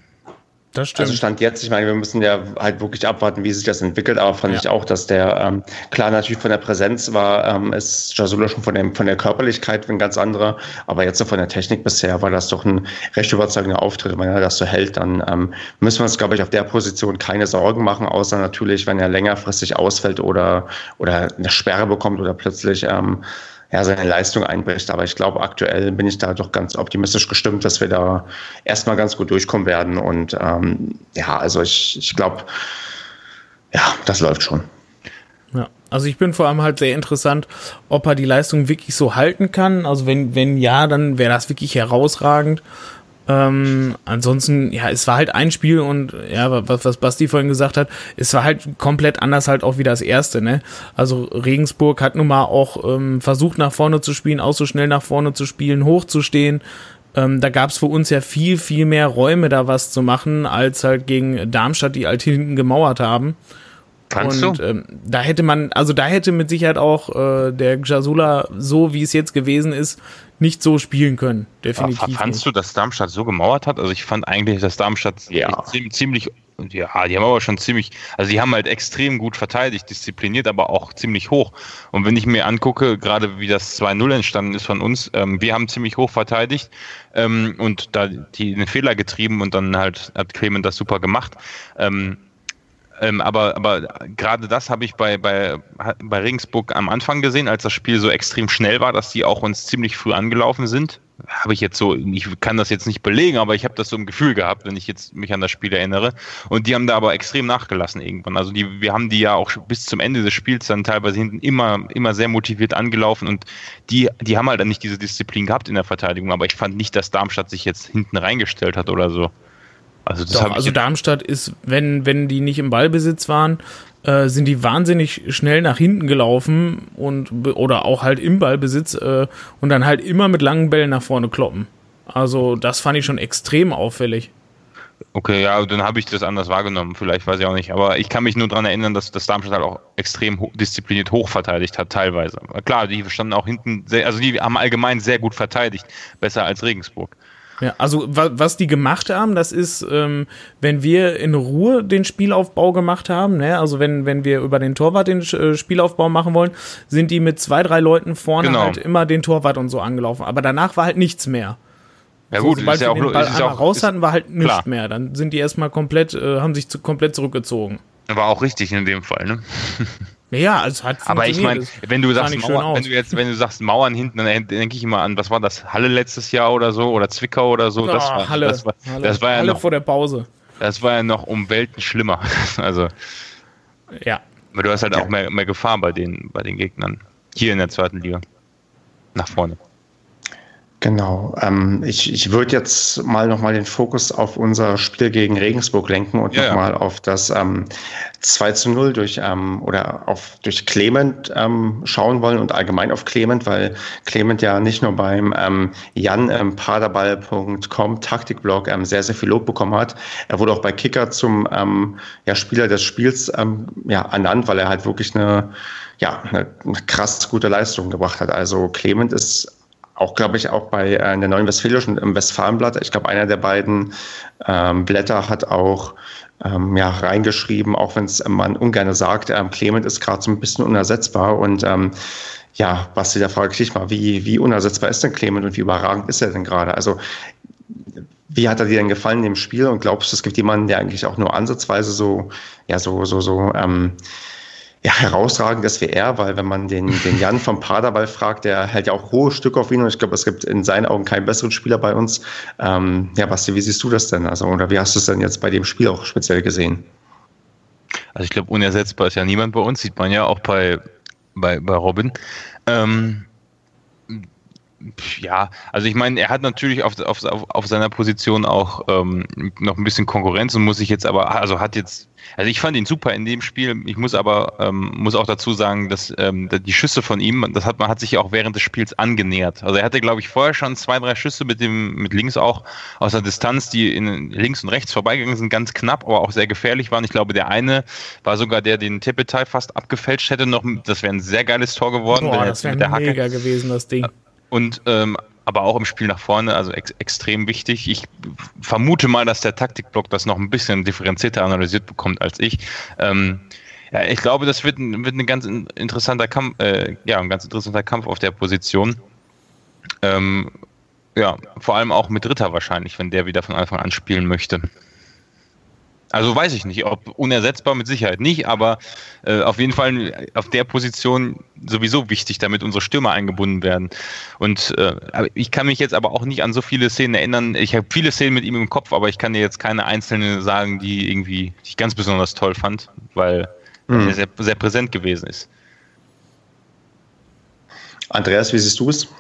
Das stimmt. Also Stand jetzt, ich meine, wir müssen ja halt wirklich abwarten, wie sich das entwickelt, aber fand ja. ich auch, dass der, ähm, klar natürlich von der Präsenz war, ähm, ist Jasula schon von, dem, von der Körperlichkeit ein ganz anderer, aber jetzt so von der Technik bisher war das doch ein recht überzeugender Auftritt. Wenn er das so hält, dann ähm, müssen wir uns, glaube ich, auf der Position keine Sorgen machen, außer natürlich, wenn er längerfristig ausfällt oder, oder eine Sperre bekommt oder plötzlich ähm, ja, seine Leistung einbricht. Aber ich glaube, aktuell bin ich da doch ganz optimistisch gestimmt, dass wir da erstmal ganz gut durchkommen werden. Und ähm, ja, also ich, ich glaube, ja, das läuft schon. Ja, also ich bin vor allem halt sehr interessant, ob er die Leistung wirklich so halten kann. Also wenn, wenn ja, dann wäre das wirklich herausragend. Ähm, ansonsten, ja, es war halt ein Spiel und ja, was, was Basti vorhin gesagt hat, es war halt komplett anders halt auch wie das erste, ne? Also Regensburg hat nun mal auch ähm, versucht nach vorne zu spielen, auch so schnell nach vorne zu spielen, hochzustehen. Ähm, da gab es für uns ja viel, viel mehr Räume da was zu machen, als halt gegen Darmstadt, die halt hinten gemauert haben. Kannst und du? Ähm, da hätte man, also da hätte mit Sicherheit auch äh, der Jasula, so wie es jetzt gewesen ist, nicht so spielen können. Definitiv. Aber fandst nicht. du, dass Darmstadt so gemauert hat? Also ich fand eigentlich, dass Darmstadt ja. ziemlich, ja, die haben aber schon ziemlich, also die haben halt extrem gut verteidigt, diszipliniert, aber auch ziemlich hoch. Und wenn ich mir angucke, gerade wie das zwei null entstanden ist von uns, ähm, wir haben ziemlich hoch verteidigt ähm, und da die einen Fehler getrieben und dann halt hat Clement das super gemacht. Ähm, Ähm, aber aber gerade das habe ich bei, bei, bei Regensburg am Anfang gesehen, als das Spiel so extrem schnell war, dass die auch uns ziemlich früh angelaufen sind. Habe ich jetzt so, ich kann das jetzt nicht belegen, aber ich habe das so im Gefühl gehabt, wenn ich jetzt mich an das Spiel erinnere. Und die haben da aber extrem nachgelassen irgendwann. Also die, wir haben die ja auch bis zum Ende des Spiels dann teilweise hinten immer, immer sehr motiviert angelaufen und die, die haben halt dann nicht diese Disziplin gehabt in der Verteidigung. Aber ich fand nicht, dass Darmstadt sich jetzt hinten reingestellt hat oder so. Also, das Doch, also Darmstadt ist, wenn, wenn die nicht im Ballbesitz waren, äh, sind die wahnsinnig schnell nach hinten gelaufen und oder auch halt im Ballbesitz äh, und dann halt immer mit langen Bällen nach vorne kloppen. Also das fand ich schon extrem auffällig. Okay, ja, dann habe ich das anders wahrgenommen, vielleicht, weiß ich auch nicht. Aber ich kann mich nur daran erinnern, dass das Darmstadt halt auch extrem ho- diszipliniert hoch verteidigt hat, teilweise. Klar, die standen auch hinten, sehr, also die haben allgemein sehr gut verteidigt, besser als Regensburg. Ja, also wa- was die gemacht haben, das ist, ähm, wenn wir in Ruhe den Spielaufbau gemacht haben, ne, also wenn, wenn wir über den Torwart den äh, Spielaufbau machen wollen, sind die mit zwei, drei Leuten vorne Genau. halt immer den Torwart und so angelaufen. Aber danach war halt nichts mehr. Ja So, gut, sobald ist ja wir auch, den Ball ist ja einmal auch raus ist, hatten, war halt nichts klar. mehr. Dann sind die erstmal komplett, äh, haben sich zu, komplett zurückgezogen. war auch richtig in dem Fall, ne? Ja, es hat Aber ich meine, wenn du sagst nicht schön Mauern, aus. wenn du jetzt, wenn du sagst Mauern hinten, dann denke ich immer an, was war das, Halle letztes Jahr oder so oder Zwickau oder so. Das Oh, war, Halle, das war, Halle, das war ja Halle noch, vor der Pause. das war ja noch um Welten schlimmer. Also, Ja. weil du hast halt Ja. auch mehr, mehr Gefahr bei den, bei den Gegnern hier in der zweiten Liga nach vorne. Genau. Ähm, ich ich würde jetzt mal nochmal den Fokus auf unser Spiel gegen Regensburg lenken und Ja, ja. nochmal auf das ähm, zwei zu null durch ähm, oder auf durch Clement ähm, schauen wollen und allgemein auf Clement, weil Clement ja nicht nur beim ähm, Jan ähm, paderball punkt com Taktikblog ähm, sehr, sehr viel Lob bekommen hat. Er wurde auch bei Kicker zum ähm, ja, Spieler des Spiels ähm, ja, ernannt, weil er halt wirklich eine, ja, eine, eine krass gute Leistung gebracht hat. Also Clement ist auch, glaube ich, auch bei äh, der Neuen Westfälischen im Westfalenblatt. Ich glaube, einer der beiden ähm, Blätter hat auch ähm, ja, reingeschrieben, auch wenn es man ungern sagt, ähm, Clement ist gerade so ein bisschen unersetzbar. Und ähm, ja, Basti, da frage ich dich mal, wie, wie unersetzbar ist denn Clement und wie überragend ist er denn gerade? Also wie hat er dir denn gefallen in dem Spiel? Und glaubst du, es gibt jemanden, der eigentlich auch nur ansatzweise so, ja, so, so, so, ähm, ja, herausragend ist wie er, weil wenn man den, den Jan vom Paderball fragt, der hält ja auch hohe Stück auf ihn und ich glaube, es gibt in seinen Augen keinen besseren Spieler bei uns. Ähm, ja, Basti, wie siehst du das denn? Also, oder wie hast du es denn jetzt bei dem Spiel auch speziell gesehen? Also ich glaube, unersetzbar ist ja niemand bei uns, sieht man ja auch bei, bei, bei Robin. Ähm, Ja, also ich meine, er hat natürlich auf, auf, auf seiner Position auch ähm, noch ein bisschen Konkurrenz und muss sich jetzt aber, also hat jetzt, also ich fand ihn super in dem Spiel, ich muss aber, ähm, muss auch dazu sagen, dass ähm, die Schüsse von ihm, das hat man hat sich ja auch während des Spiels angenähert. Also er hatte, glaube ich, vorher schon zwei, drei Schüsse mit dem, mit links auch aus der Distanz, die in links und rechts vorbeigegangen sind, ganz knapp, aber auch sehr gefährlich waren. Ich glaube, der eine war sogar der, den Tepetai fast abgefälscht hätte noch, das wäre ein sehr geiles Tor geworden. Boah, das wäre mega Hacke gewesen, das Ding. Und ähm, aber auch im Spiel nach vorne, also ex- extrem wichtig. Ich vermute mal, dass der Taktikblock das noch ein bisschen differenzierter analysiert bekommt als ich. Ähm, ja, ich glaube, das wird ein, wird ein ganz interessanter Kampf, äh, ja, ein ganz interessanter Kampf auf der Position. Ähm, ja, vor allem auch mit Ritter wahrscheinlich, wenn der wieder von Anfang an spielen möchte. Also weiß ich nicht, ob unersetzbar mit Sicherheit nicht, aber äh, auf jeden Fall auf der Position sowieso wichtig, damit unsere Stürmer eingebunden werden. Und äh, ich kann mich jetzt aber auch nicht an so viele Szenen erinnern. Ich habe viele Szenen mit ihm im Kopf, aber ich kann dir jetzt keine einzelne sagen, die irgendwie die ich ganz besonders toll fand, weil mhm. er sehr, sehr präsent gewesen ist. Andreas, wie siehst du es?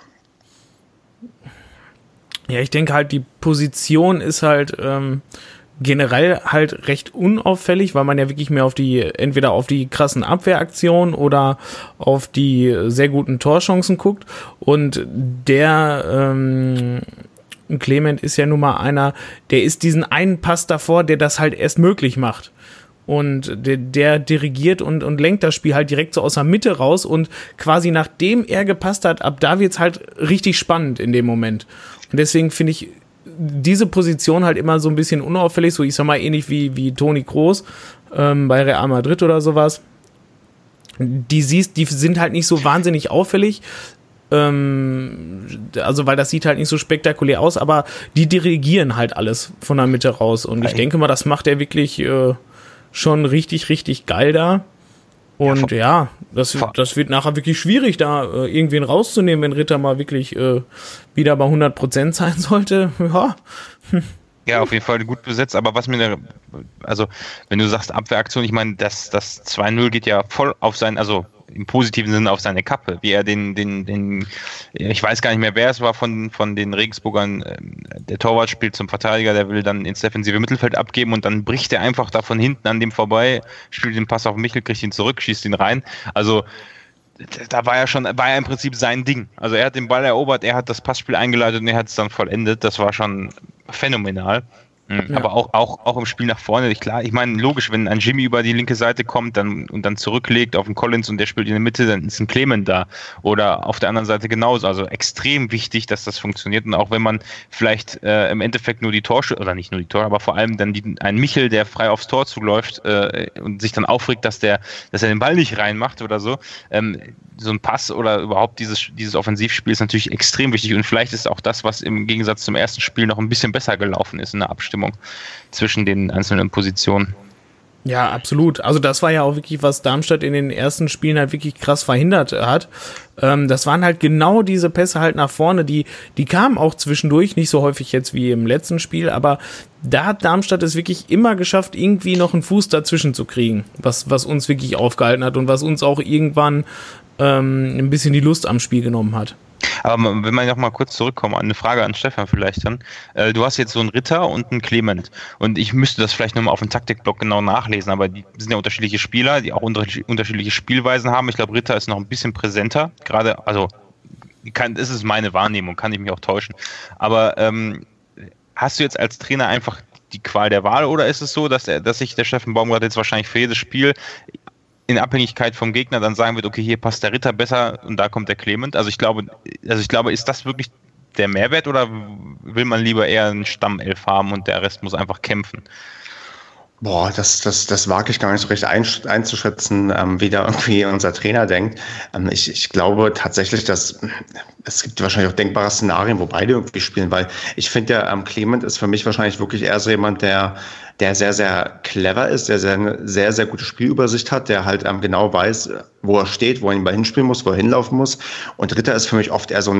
Ja, ich denke halt, die Position ist halt ähm, generell halt recht unauffällig, weil man ja wirklich mehr auf die, entweder auf die krassen Abwehraktionen oder auf die sehr guten Torchancen guckt. Und der ähm, Clement ist ja nun mal einer, der ist diesen einen Pass davor, der das halt erst möglich macht. Und der, der dirigiert und, und lenkt das Spiel halt direkt so aus der Mitte raus und quasi nachdem er gepasst hat, ab da wird's halt richtig spannend in dem Moment. Und deswegen finde ich diese Position halt immer so ein bisschen unauffällig, so ich sag mal ähnlich wie, wie Toni Kroos ähm, bei Real Madrid oder sowas. Die siehst, die sind halt nicht so wahnsinnig auffällig, ähm, also weil das sieht halt nicht so spektakulär aus, aber die dirigieren halt alles von der Mitte raus und ich denke mal, das macht er wirklich äh, schon richtig, richtig geil da. Und ja, ja das, das wird nachher wirklich schwierig, da äh, irgendwen rauszunehmen, wenn Ritter mal wirklich äh, wieder bei hundert Prozent sein sollte. Ja. Ja, auf jeden Fall gut besetzt. Aber was mir, da, also wenn du sagst Abwehraktion, ich meine, das, das zwei null geht ja voll auf sein, also im positiven Sinne auf seine Kappe, wie er den, den, den, ich weiß gar nicht mehr, wer es war von, von den Regensburgern, der Torwart spielt zum Verteidiger, der will dann ins defensive Mittelfeld abgeben und dann bricht er einfach da von hinten an dem vorbei, spielt den Pass auf Michel, kriegt ihn zurück, schießt ihn rein. Also da war ja schon, war ja im Prinzip sein Ding. Also er hat den Ball erobert, er hat das Passspiel eingeleitet und er hat es dann vollendet. Das war schon phänomenal. Ja. Aber auch, auch, auch im Spiel nach vorne, klar, ich meine, logisch, wenn ein Jimmy über die linke Seite kommt dann, und dann zurücklegt auf den Collins und der spielt in der Mitte, dann ist ein Clement da. Oder auf der anderen Seite genauso. Also extrem wichtig, dass das funktioniert. Und auch wenn man vielleicht äh, im Endeffekt nur die Torschüsse, oder nicht nur die Tore, aber vor allem dann die, ein Michel, der frei aufs Tor zuläuft äh, und sich dann aufregt, dass, der, dass er den Ball nicht reinmacht oder so. Ähm, so ein Pass oder überhaupt dieses, dieses Offensivspiel ist natürlich extrem wichtig. Und vielleicht ist auch das, was im Gegensatz zum ersten Spiel noch ein bisschen besser gelaufen ist in der Abstimmung zwischen den einzelnen Positionen. Ja, absolut. Also das war ja auch wirklich, was Darmstadt in den ersten Spielen halt wirklich krass verhindert hat. Ähm, das waren halt genau diese Pässe halt nach vorne, die, die kamen auch zwischendurch, nicht so häufig jetzt wie im letzten Spiel, aber da hat Darmstadt es wirklich immer geschafft, irgendwie noch einen Fuß dazwischen zu kriegen, was, was uns wirklich aufgehalten hat und was uns auch irgendwann ähm, ein bisschen die Lust am Spiel genommen hat. Aber wenn wir noch mal kurz zurückkommen, eine Frage an Stefan vielleicht dann. Äh, du hast jetzt so einen Ritter und einen Clement. Und ich müsste das vielleicht nochmal auf dem Taktikblock genau nachlesen, aber die sind ja unterschiedliche Spieler, die auch unterschiedliche Spielweisen haben. Ich glaube, Ritter ist noch ein bisschen präsenter. Gerade, also, kann, das ist meine Wahrnehmung, kann ich mich auch täuschen. Aber ähm, hast du jetzt als Trainer einfach die Qual der Wahl oder ist es so, dass, er, dass sich der Steffen Baumgart jetzt wahrscheinlich für jedes Spiel in Abhängigkeit vom Gegner dann sagen wird, okay, hier passt der Ritter besser und da kommt der Clement. Also ich glaube, also ich glaube, ist das wirklich der Mehrwert oder will man lieber eher einen Stammelf haben und der Rest muss einfach kämpfen? Boah, das, das, das wage ich gar nicht so recht einzuschätzen, ähm, wie da irgendwie unser Trainer denkt. Ähm, ich, ich glaube tatsächlich, dass es gibt wahrscheinlich auch denkbare Szenarien, wo beide irgendwie spielen, weil ich finde ja, ähm, Clement ist für mich wahrscheinlich wirklich eher so jemand, der, der sehr, sehr clever ist, der sehr, eine sehr, sehr gute Spielübersicht hat, der halt ähm, genau weiß, wo er steht, wo er ihn mal hinspielen muss, wo er hinlaufen muss. Und Ritter ist für mich oft eher so ein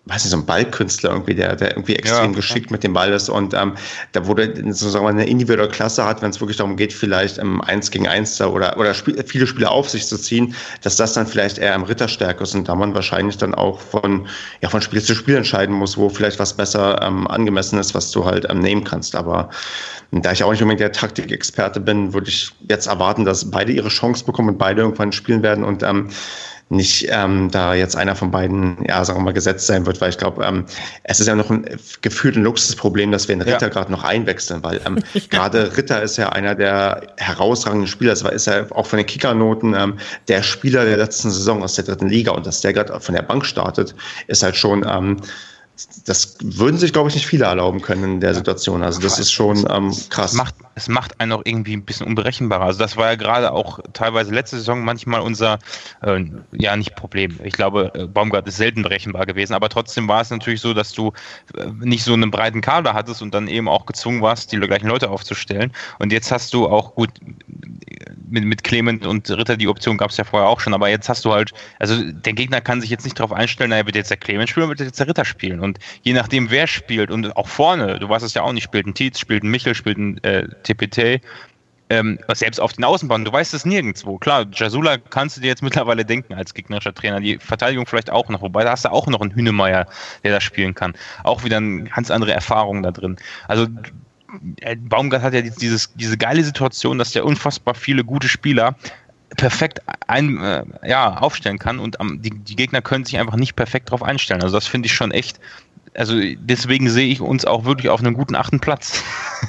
weiß nicht, so ein Ballkünstler irgendwie, der, der irgendwie extrem Ja. geschickt mit dem Ball ist und ähm, da wurde sozusagen eine individuelle Klasse hat, wenn es wirklich darum geht, vielleicht im Eins gegen Eins da oder, oder Spiel, viele Spieler auf sich zu ziehen, dass das dann vielleicht eher im Ritterstärke ist und da man wahrscheinlich dann auch von, ja, von Spiel zu Spiel entscheiden muss, wo vielleicht was besser ähm, angemessen ist, was du halt ähm, nehmen kannst. Aber da ich auch nicht unbedingt der Taktikexperte bin, würde ich jetzt erwarten, dass beide ihre Chance bekommen und beide irgendwann spielen werden und ähm, nicht ähm, da jetzt einer von beiden, ja, sagen wir mal, gesetzt sein wird, weil ich glaube, ähm, es ist ja noch ein gefühlt ein Luxusproblem, dass wir den Ritter ja. gerade noch einwechseln, weil ähm, ja. gerade Ritter ist ja einer der herausragenden Spieler, das war, ist ja auch von den Kickernoten ähm, der Spieler der letzten Saison aus der dritten Liga und dass der gerade von der Bank startet, ist halt schon ähm, das würden sich, glaube ich, nicht viele erlauben können in der Situation. Also das ist schon ähm, krass. Es macht, es macht einen auch irgendwie ein bisschen unberechenbarer. Also das war ja gerade auch teilweise letzte Saison manchmal unser, äh, ja nicht Problem. Ich glaube, Baumgart ist selten berechenbar gewesen, aber trotzdem war es natürlich so, dass du äh, nicht so einen breiten Kader hattest und dann eben auch gezwungen warst, die gleichen Leute aufzustellen. Und jetzt hast du auch gut mit, mit Clement und Ritter, die Option gab es ja vorher auch schon, aber jetzt hast du halt, also der Gegner kann sich jetzt nicht darauf einstellen, naja, wird jetzt der Clement spielen oder wird jetzt der Ritter spielen? Und je nachdem, wer spielt und auch vorne, du weißt es ja auch nicht, spielt ein Tietz, spielt ein Michel, spielt ein äh, T P T, ähm, selbst auf den Außenbahnen, du weißt es nirgendwo. Klar, Jasula kannst du dir jetzt mittlerweile denken als gegnerischer Trainer, die Verteidigung vielleicht auch noch, wobei da hast du auch noch einen Hünemeyer, der da spielen kann. Auch wieder eine ganz andere Erfahrung da drin. Also Baumgart hat ja dieses, diese geile Situation, dass der unfassbar viele gute Spieler perfekt ein, äh, ja, aufstellen kann und ähm, die, die Gegner können sich einfach nicht perfekt darauf einstellen. Also das finde ich schon echt, also deswegen sehe ich uns auch wirklich auf einem guten achten Platz.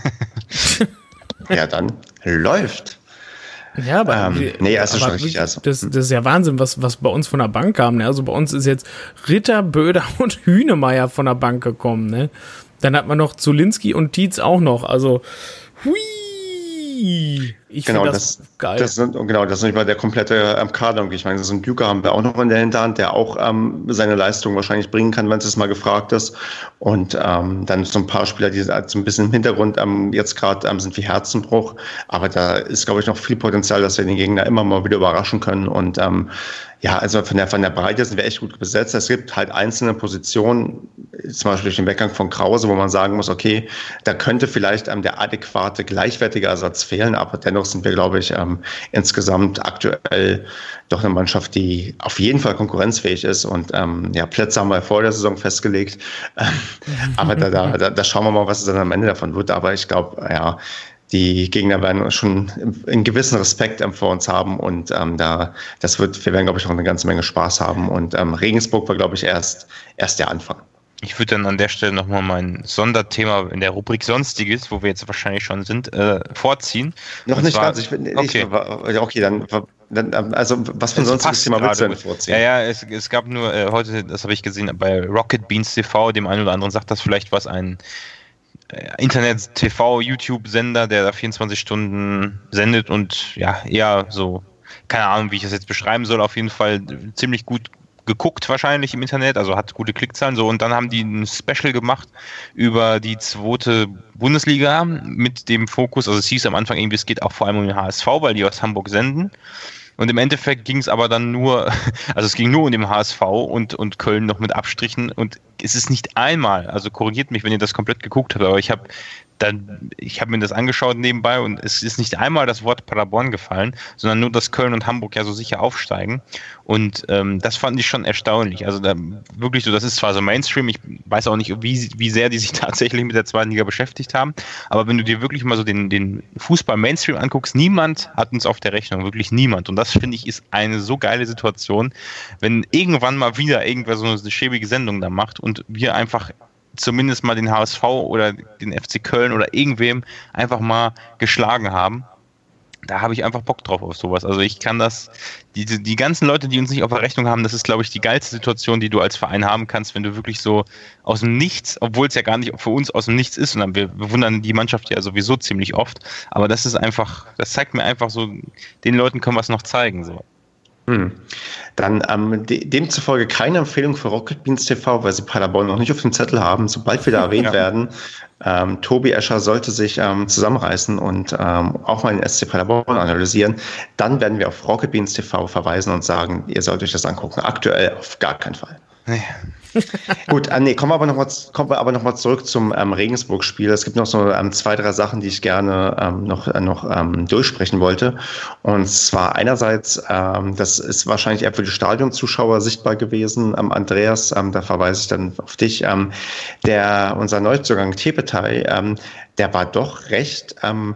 Ja, dann läuft. Ja, aber, ähm, die, nee, das ist aber schon richtig. Also. Das, das ist ja Wahnsinn, was, was bei uns von der Bank kam. Ne? Also bei uns ist jetzt Ritter, Böder und Hünemeyer von der Bank gekommen. Ne? Dann hat man noch Zulinski und Tietz auch noch. Also, hui. Ich genau, finde das, das geil. Das sind, genau, das ist nicht mal der komplette ähm, Kader. Ich meine, so einen Düker haben wir auch noch in der Hinterhand, der auch ähm, seine Leistung wahrscheinlich bringen kann, wenn es mal gefragt ist. Und ähm, dann so ein paar Spieler, die so ein bisschen im Hintergrund ähm, jetzt gerade ähm, sind wie Herzenbruch. Aber da ist, glaube ich, noch viel Potenzial, dass wir den Gegner immer mal wieder überraschen können. Und ähm, ja, also von der, von der Breite sind wir echt gut besetzt. Es gibt halt einzelne Positionen, zum Beispiel durch den Weggang von Krause, wo man sagen muss, okay, da könnte vielleicht ähm, der adäquate, gleichwertige Ersatz fehlen, aber dennoch sind wir, glaube ich, ähm, insgesamt aktuell doch eine Mannschaft, die auf jeden Fall konkurrenzfähig ist und ähm, ja, Plätze haben wir vor der Saison festgelegt, ähm, aber da, da, da, da schauen wir mal, was es dann am Ende davon wird, aber ich glaube, ja, die Gegner werden schon einen gewissen Respekt ähm, vor uns haben und ähm, da, das wird, wir werden, glaube ich, noch eine ganze Menge Spaß haben und ähm, Regensburg war, glaube ich, erst, erst der Anfang. Ich würde dann an der Stelle nochmal mein Sonderthema in der Rubrik Sonstiges, wo wir jetzt wahrscheinlich schon sind, äh, vorziehen. Noch und nicht zwar, ganz. Ich, ich, okay. okay, dann, dann also was für ein sonstiges Thema willst du denn vorziehen? Ja, ja, es, es gab nur äh, heute, das habe ich gesehen, bei Rocket Beans T V, dem einen oder anderen sagt das vielleicht was, ein Internet-T V-YouTube-Sender, der da vierundzwanzig Stunden sendet und ja, eher so, keine Ahnung, wie ich das jetzt beschreiben soll, auf jeden Fall ziemlich gut geguckt wahrscheinlich im Internet, also hat gute Klickzahlen so und dann haben die ein Special gemacht über die zweite Bundesliga mit dem Fokus, also es hieß am Anfang irgendwie, es geht auch vor allem um den H S V, weil die aus Hamburg senden. Und im Endeffekt ging es aber dann nur, also es ging nur um den H S V und, und Köln noch mit Abstrichen und es ist nicht einmal, also korrigiert mich, wenn ihr das komplett geguckt habt, aber ich habe dann, ich habe mir das angeschaut nebenbei und es ist nicht einmal das Wort Paderborn gefallen, sondern nur, dass Köln und Hamburg ja so sicher aufsteigen und ähm, das fand ich schon erstaunlich, also da, wirklich so, das ist zwar so Mainstream, ich weiß auch nicht, wie, wie sehr die sich tatsächlich mit der zweiten Liga beschäftigt haben, aber wenn du dir wirklich mal so den, den Fußball-Mainstream anguckst, niemand hat uns auf der Rechnung, wirklich niemand und das finde ich ist eine so geile Situation, wenn irgendwann mal wieder irgendwer so eine schäbige Sendung da macht und wir einfach zumindest mal den H S V oder den F C Köln oder irgendwem einfach mal geschlagen haben. Da habe ich einfach Bock drauf auf sowas. Also ich kann das, die, die ganzen Leute, die uns nicht auf der Rechnung haben, das ist, glaube ich, die geilste Situation, die du als Verein haben kannst, wenn du wirklich so aus dem Nichts, obwohl es ja gar nicht für uns aus dem Nichts ist, und dann wir bewundern die Mannschaft ja sowieso ziemlich oft, aber das ist einfach, das zeigt mir einfach so, den Leuten können wir es noch zeigen, so. Hm. Dann ähm, de- demzufolge keine Empfehlung für Rocket Beans T V, weil sie Paderborn noch nicht auf dem Zettel haben, sobald wir da erwähnt ja. werden. Ähm, Tobi Escher sollte sich ähm, zusammenreißen und ähm, auch mal den S C Paderborn analysieren. Dann werden wir auf Rocket Beans T V verweisen und sagen, ihr sollt euch das angucken. Aktuell auf gar keinen Fall. Nee. Gut, äh, nee, kommen wir aber nochmal kommen wir aber noch mal zurück zum ähm, Regensburg-Spiel. Es gibt noch so ähm, zwei, drei Sachen, die ich gerne ähm, noch, äh, noch ähm, durchsprechen wollte. Und zwar einerseits, ähm, das ist wahrscheinlich eher für die Stadionzuschauer sichtbar gewesen. Ähm, Andreas, ähm, da verweise ich dann auf dich. Ähm, der, unser Neuzugang Tepetai, ähm, der war doch recht ähm,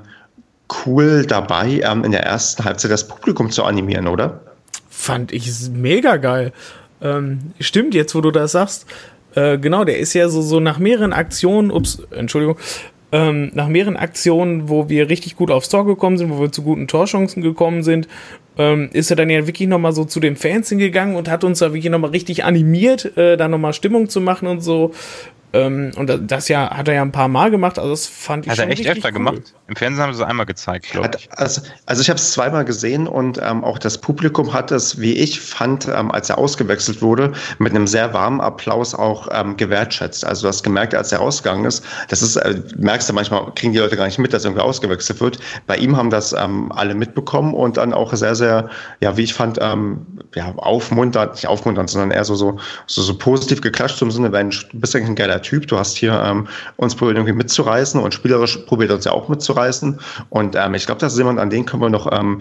cool dabei, ähm, in der ersten Halbzeit das Publikum zu animieren, oder? Fand ich mega geil. Ähm, stimmt, jetzt wo du das sagst, äh, genau, der ist ja so, so nach mehreren Aktionen, ups, Entschuldigung, ähm, nach mehreren Aktionen, wo wir richtig gut aufs Tor gekommen sind, wo wir zu guten Torchancen gekommen sind, ähm, ist er dann ja wirklich nochmal so zu den Fans hingegangen und hat uns da wirklich nochmal richtig animiert, äh, da nochmal Stimmung zu machen und so. Ähm, und das ja hat er ja ein paar Mal gemacht, also das fand ich hat schon er echt richtig öfter cool. gemacht. Im Fernsehen haben sie es einmal gezeigt, glaube ich. Also, also ich habe es zweimal gesehen und ähm, auch das Publikum hat es, wie ich fand, ähm, als er ausgewechselt wurde, mit einem sehr warmen Applaus auch ähm, gewertschätzt. Also du hast gemerkt, als er rausgegangen ist, das ist, äh, merkst du manchmal, kriegen die Leute gar nicht mit, dass irgendwer ausgewechselt wird. Bei ihm haben das ähm, alle mitbekommen und dann auch sehr, sehr, ja, wie ich fand, ähm, ja, aufmunternd, nicht aufmunternd, sondern eher so, so, so, so positiv geklatscht im Sinne, wenn, du bist eigentlich ein geiler Typ, du hast hier ähm, uns probiert irgendwie mitzureißen und spielerisch probiert uns ja auch mitzureißen und ähm, ich glaube, das ist jemand, an den können wir noch ähm,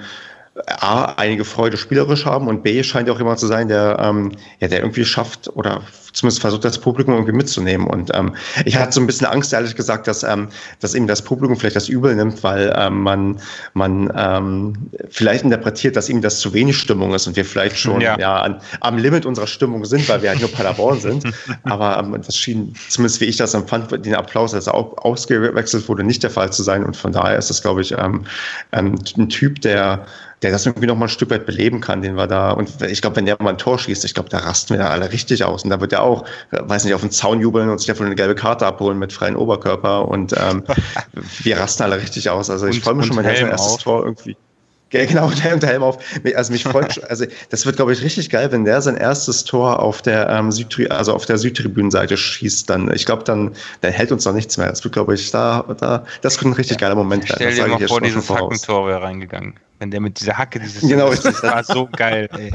A, einige Freude spielerisch haben und B, scheint auch jemand zu sein, der, ähm, ja, der irgendwie schafft oder zumindest versucht, das Publikum irgendwie mitzunehmen. Und ähm, ich hatte so ein bisschen Angst, ehrlich gesagt, dass, ähm, dass eben das Publikum vielleicht das Übel nimmt, weil ähm, man, man ähm, vielleicht interpretiert, dass ihm das zu wenig Stimmung ist und wir vielleicht schon ja. Ja, an, am Limit unserer Stimmung sind, weil wir halt nur Paderborn sind. Aber ähm, das schien, zumindest wie ich das empfand, den Applaus, als er auch ausgewechselt wurde, nicht der Fall zu sein. Und von daher ist das, glaube ich, ähm, ähm, ein Typ, der der das irgendwie noch mal ein Stück weit beleben kann, den wir da, und ich glaube, wenn der mal ein Tor schießt, ich glaube, da rasten wir da alle richtig aus und da wird er auch, weiß nicht, auf den Zaun jubeln und sich davon eine gelbe Karte abholen mit freiem Oberkörper und ähm, wir rasten alle richtig aus, also ich freue mich schon mal, der sein erstes Tor irgendwie. Genau, der und der Helm auf. Also mich freut, also das wird, glaube ich, richtig geil, wenn der sein erstes Tor auf der ähm, Südtri- also auf der Südtribünenseite schießt. Dann, ich glaube, dann, dann hält uns noch nichts mehr. Das wird, glaube ich, da, da, das wird ein richtig geiler Moment werden. Stell dir mal vor, dieses Hackentor wäre reingegangen. Wenn der mit dieser Hacke dieses genau, das war so geil. Ey.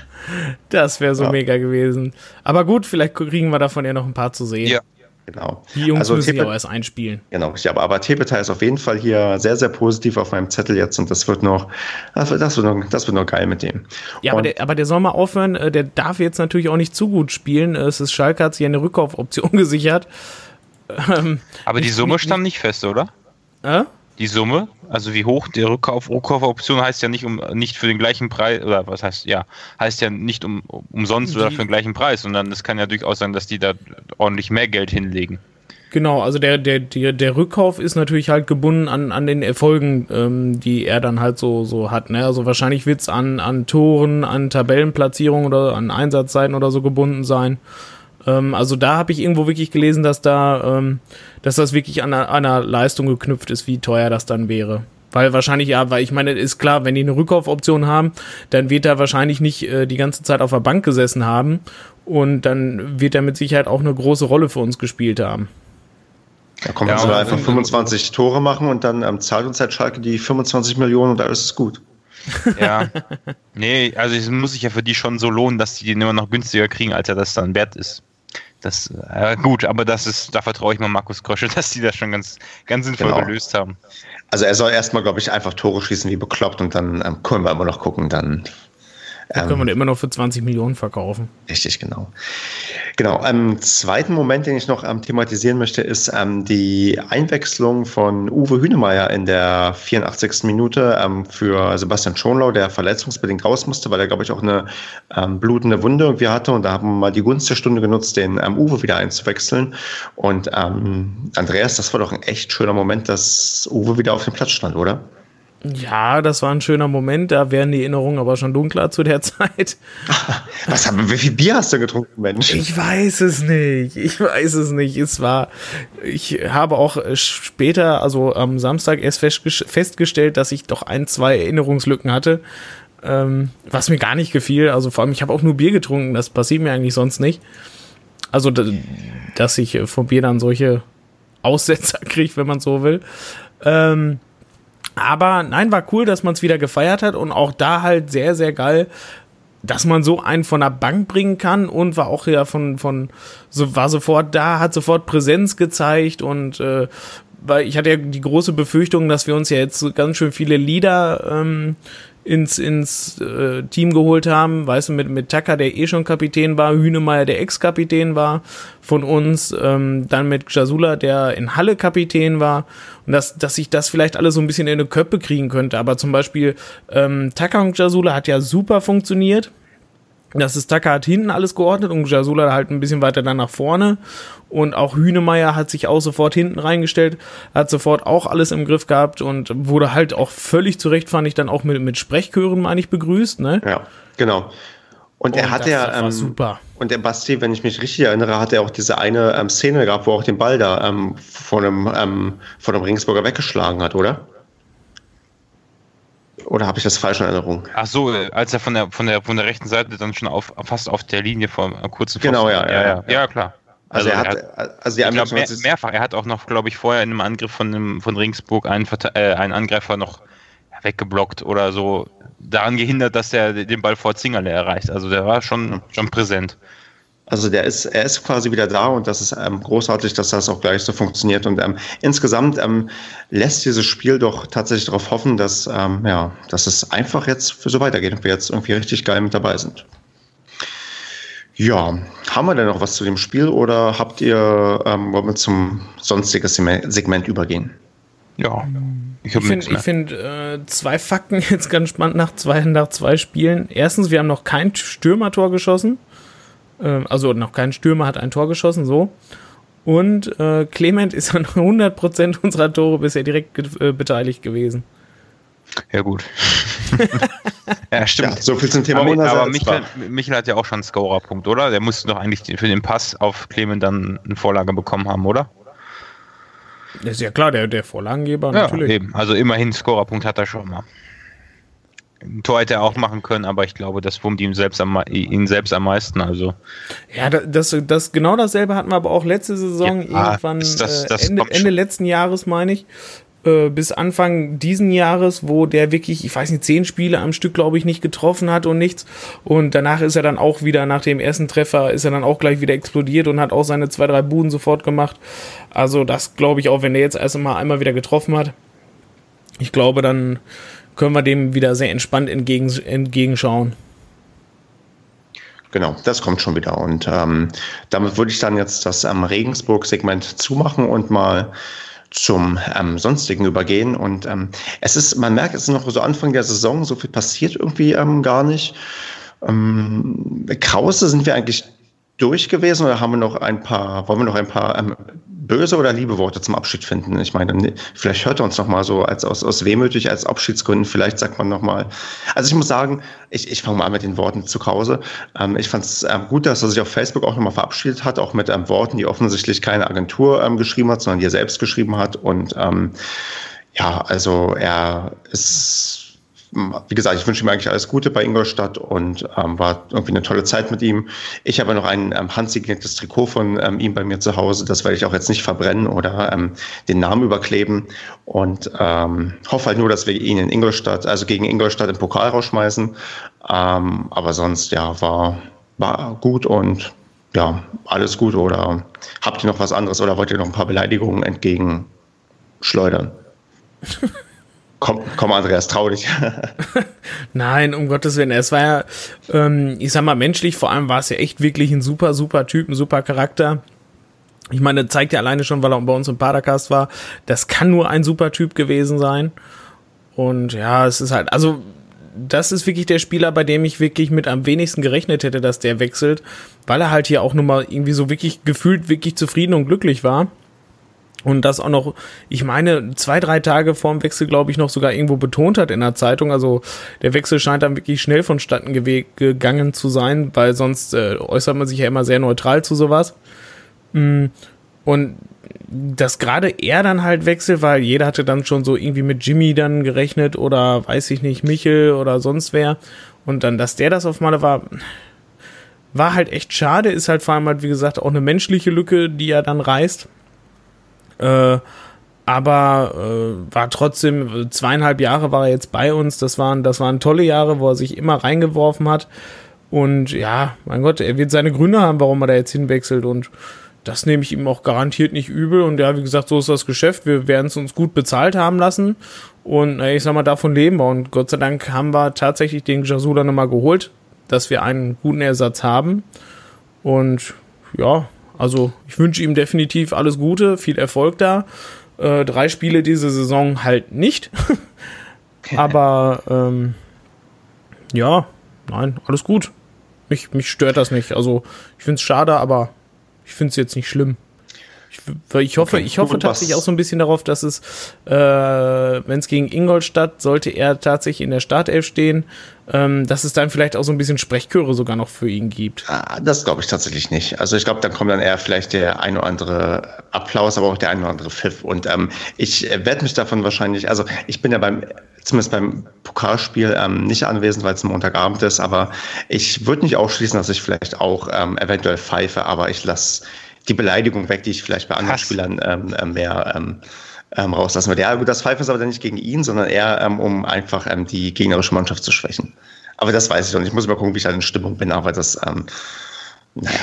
Das wäre so ja. mega gewesen. Aber gut, vielleicht kriegen wir davon ja noch ein paar zu sehen. Ja. Genau. Die Jungs also, müssen Tepe- ja auch erst einspielen. Genau, ja, aber, aber Tepetai ist auf jeden Fall hier sehr, sehr positiv auf meinem Zettel jetzt und das wird noch, das wird, das wird noch, das wird noch geil mit dem. Ja, aber der, aber der soll mal aufhören, der darf jetzt natürlich auch nicht zu gut spielen. Es ist Schalke, hat sich eine Rückkaufoption gesichert. Ähm, aber die Summe nicht, stand nicht fest, oder? Äh? Die Summe, also wie hoch die Rückkauf, Rückkaufoption heißt ja nicht um nicht für den gleichen Preis, oder was heißt, ja, heißt ja nicht um, umsonst die, oder für den gleichen Preis, sondern es kann ja durchaus sein, dass die da ordentlich mehr Geld hinlegen. Genau, also der, der, der, der Rückkauf ist natürlich halt gebunden an, an den Erfolgen, ähm, die er dann halt so, so hat. Ne? Also wahrscheinlich wird es an, an Toren, an Tabellenplatzierungen oder an Einsatzzeiten oder so gebunden sein. Ähm, also da habe ich irgendwo wirklich gelesen, dass da, ähm, dass das wirklich an einer, einer Leistung geknüpft ist, wie teuer das dann wäre. Weil wahrscheinlich, ja, weil ich meine, ist klar, wenn die eine Rückkaufoption haben, dann wird er wahrscheinlich nicht äh, die ganze Zeit auf der Bank gesessen haben und dann wird er mit Sicherheit auch eine große Rolle für uns gespielt haben. Da kommen wir ja, sogar einfach fünfundzwanzig Tore machen und dann ähm, zahlt uns halt Schalke die fünfundzwanzig Millionen und da ist es gut. Ja, nee, also es muss sich ja für die schon so lohnen, dass die den immer noch günstiger kriegen, als er das dann wert ist. Das, äh, gut, aber das ist, da vertraue ich mal Markus Krösche, dass die das schon ganz, ganz sinnvoll genau. gelöst haben. Also er soll erstmal, glaube ich, einfach Tore schießen wie bekloppt und dann ähm, können wir immer noch gucken, dann Da können wir immer noch für zwanzig Millionen verkaufen. Richtig, genau. Genau. Am zweiten Moment, den ich noch ähm, thematisieren möchte, ist ähm, die Einwechslung von Uwe Hünemeyer in der vierundachtzigsten Minute ähm, für Sebastian Schonlau, der verletzungsbedingt raus musste, weil er, glaube ich, auch eine ähm, blutende Wunde irgendwie hatte. Und da haben wir mal die Gunst der Stunde genutzt, den ähm, Uwe wieder einzuwechseln. Und ähm, Andreas, das war doch ein echt schöner Moment, dass Uwe wieder auf dem Platz stand, oder? Ja, das war ein schöner Moment, da wären die Erinnerungen aber schon dunkler zu der Zeit. Was haben wir, wie viel Bier hast du getrunken, Mensch? Ich weiß es nicht, ich weiß es nicht. Es war, ich habe auch später, also am Samstag erst festgestellt, dass ich doch ein, zwei Erinnerungslücken hatte, ähm, was mir gar nicht gefiel. Also vor allem, ich habe auch nur Bier getrunken, das passiert mir eigentlich sonst nicht. Also, dass ich vom Bier dann solche Aussetzer kriege, wenn man so will. Ähm, Aber nein, war cool, dass man es wieder gefeiert hat und auch da halt sehr, sehr geil, dass man so einen von der Bank bringen kann und war auch ja von, von so, war sofort da, hat sofort Präsenz gezeigt und äh, weil ich hatte ja die große Befürchtung, dass wir uns ja jetzt ganz schön viele Leader ähm, ins, ins äh, Team geholt haben, weißt du, mit, mit Tucker, der eh schon Kapitän war, Hünemeyer, der Ex-Kapitän war von uns, ähm, dann mit Jasula, der in Halle Kapitän war und dass, dass ich das vielleicht alles so ein bisschen in eine Köppe kriegen könnte, aber zum Beispiel ähm, Tucker und Jasula hat ja super funktioniert. Das ist, Tucker hat hinten alles geordnet und Jasula halt ein bisschen weiter dann nach vorne. Und auch Hünemeyer hat sich auch sofort hinten reingestellt, hat sofort auch alles im Griff gehabt und wurde halt auch völlig zurecht, fand ich, dann auch mit, mit Sprechchören, meine ich, begrüßt, ne? Ja, genau. Und, und er hat ja, ähm, super. Und der Basti, wenn ich mich richtig erinnere, hat er auch diese eine ähm, Szene gehabt, wo er auch den Ball da ähm, von einem, ähm, von einem Regensburger weggeschlagen hat, oder? Oder habe ich das falsch in Erinnerung? Ach so, als er von der von der von der rechten Seite dann schon auf fast auf der Linie vor äh, kurzen Genau, ja, ja, ja, ja, klar. Also, also er hat, er hat also die ich glaub, mehr, mehrfach. Er hat auch noch, glaube ich, vorher in einem Angriff von einem, von Regensburg einen, äh, einen Angreifer noch weggeblockt oder so daran gehindert, dass er den Ball vor Zingerle erreicht. Also der war schon schon präsent. Also der ist, er ist quasi wieder da und das ist ähm, großartig, dass das auch gleich so funktioniert. Und ähm, insgesamt ähm, lässt dieses Spiel doch tatsächlich darauf hoffen, dass, ähm, ja, dass es einfach jetzt für so weitergeht und wir jetzt irgendwie richtig geil mit dabei sind. Ja, haben wir denn noch was zu dem Spiel oder habt ihr, ähm, wollen wir zum sonstigen Segment übergehen? Ja, ich, ich finde find, äh, zwei Fakten jetzt ganz spannend nach zwei, nach zwei Spielen. Erstens, wir haben noch kein Stürmertor geschossen. Also noch kein Stürmer hat ein Tor geschossen, so. Und äh, Clement ist an hundert Prozent unserer Tore bisher direkt äh, beteiligt gewesen. Ja, gut. Ja, stimmt. Ja, so viel zum Thema aber, aber Michael, Michael hat ja auch schon einen Scorerpunkt, oder? Der musste doch eigentlich für den Pass auf Clement dann eine Vorlage bekommen haben, oder? Das ist ja klar, der, der Vorlagengeber, ja, natürlich. Eben. Also immerhin Scorerpunkt hat er schon mal. Ein Tor hätte er auch machen können, aber ich glaube, das wurmt ihm selbst am, ihn selbst am meisten. Also. Ja, das, das, genau dasselbe hatten wir aber auch letzte Saison, ja, irgendwann das, das, das Ende, Ende letzten Jahres, meine ich, äh, bis Anfang diesen Jahres, wo der wirklich, ich weiß nicht, zehn Spiele am Stück, glaube ich, nicht getroffen hat und nichts. Und danach ist er dann auch wieder, nach dem ersten Treffer, ist er dann auch gleich wieder explodiert und hat auch seine zwei, drei Buden sofort gemacht. Also das glaube ich auch, wenn der jetzt erst einmal einmal wieder getroffen hat. Ich glaube, dann können wir dem wieder sehr entspannt entgegen, entgegenschauen. Genau, das kommt schon wieder. Und ähm, damit würde ich dann jetzt das ähm, Regensburg-Segment zumachen und mal zum ähm, Sonstigen übergehen. Und ähm, es ist, man merkt, es ist noch so Anfang der Saison, so viel passiert irgendwie ähm, gar nicht. Ähm, Krause sind wir eigentlich durch gewesen oder haben wir noch ein paar, wollen wir noch ein paar ähm, böse oder liebe Worte zum Abschied finden? Ich meine, vielleicht hört er uns noch mal so als aus, aus wehmütig, als Abschiedsgründen, vielleicht sagt man noch mal. Also ich muss sagen, ich, ich fange mal an mit den Worten zu Krause. Ähm, ich fand es ähm, gut, dass er sich auf Facebook auch noch mal verabschiedet hat, auch mit ähm, Worten, die offensichtlich keine Agentur ähm, geschrieben hat, sondern die er selbst geschrieben hat. Und ähm, ja, also er ist, wie gesagt, ich wünsche ihm eigentlich alles Gute bei Ingolstadt und ähm, war irgendwie eine tolle Zeit mit ihm. Ich habe noch ein ähm, handsigniertes Trikot von ähm, ihm bei mir zu Hause. Das werde ich auch jetzt nicht verbrennen oder ähm, den Namen überkleben und ähm, hoffe halt nur, dass wir ihn in Ingolstadt, also gegen Ingolstadt im Pokal rausschmeißen. Ähm, aber sonst, ja, war, war gut und ja, alles gut. Oder habt ihr noch was anderes oder wollt ihr noch ein paar Beleidigungen entgegenschleudern? Komm, komm, Andreas, trau dich. Nein, um Gottes Willen. Es war ja, ähm, ich sag mal, menschlich vor allem war es ja echt wirklich ein super, super Typ, ein super Charakter. Ich meine, zeigt ja alleine schon, weil er bei uns im Padercast war, das kann nur ein super Typ gewesen sein. Und ja, es ist halt, also das ist wirklich der Spieler, bei dem ich wirklich mit am wenigsten gerechnet hätte, dass der wechselt, weil er halt hier auch nun mal irgendwie so wirklich gefühlt wirklich zufrieden und glücklich war. Und das auch noch, ich meine, zwei, drei Tage vorm Wechsel, glaube ich, noch sogar irgendwo betont hat in der Zeitung. Also der Wechsel scheint dann wirklich schnell vonstatten gewe- gegangen zu sein, weil sonst äh, äußert man sich ja immer sehr neutral zu sowas. Und dass gerade er dann halt wechselt, weil jeder hatte dann schon so irgendwie mit Jimmy dann gerechnet oder weiß ich nicht, Michel oder sonst wer. Und dann, dass der das auf Male war, war halt echt schade. Ist halt vor allem halt, wie gesagt, auch eine menschliche Lücke, die er dann reißt. Äh, aber äh, war trotzdem, zweieinhalb Jahre war er jetzt bei uns, das waren, das waren tolle Jahre, wo er sich immer reingeworfen hat Und ja, mein Gott, er wird seine Gründe haben, warum er da jetzt hinwechselt. Und das nehme ich ihm auch garantiert nicht übel. Und ja, wie gesagt, so ist das Geschäft. Wir werden es uns gut bezahlt haben lassen. Und na, ich sag mal, davon leben wir. Und Gott sei Dank haben wir tatsächlich den Jasula nochmal geholt, dass wir einen guten Ersatz haben. Und ja, also ich wünsche ihm definitiv alles Gute, viel Erfolg da. Äh, drei Spiele diese Saison halt nicht. Aber ähm, ja, nein, alles gut. Mich, mich stört das nicht. Also ich finde es schade, aber ich finde es jetzt nicht schlimm. Ich, ich hoffe, okay, ich hoffe tatsächlich auch so ein bisschen darauf, dass es, äh, wenn es gegen Ingolstadt, sollte er tatsächlich in der Startelf stehen, ähm, dass es dann vielleicht auch so ein bisschen Sprechchöre sogar noch für ihn gibt. Das glaube ich tatsächlich nicht. Also ich glaube, dann kommt dann eher vielleicht der ein oder andere Applaus, aber auch der ein oder andere Pfiff. Und ähm, ich werde mich davon wahrscheinlich, also ich bin ja beim, zumindest beim Pokalspiel ähm, nicht anwesend, weil es Montagabend ist, aber ich würde nicht ausschließen, dass ich vielleicht auch ähm, eventuell pfeife, aber ich lasse die Beleidigung weg, die ich vielleicht bei anderen Hass. Spielern ähm, mehr ähm, ähm, rauslassen würde. Ja, gut, das Pfeifen ist aber dann nicht gegen ihn, sondern eher, ähm, um einfach ähm, die gegnerische Mannschaft zu schwächen. Aber das weiß ich noch nicht. Ich muss mal gucken, wie ich da in Stimmung bin, aber das, ähm, naja.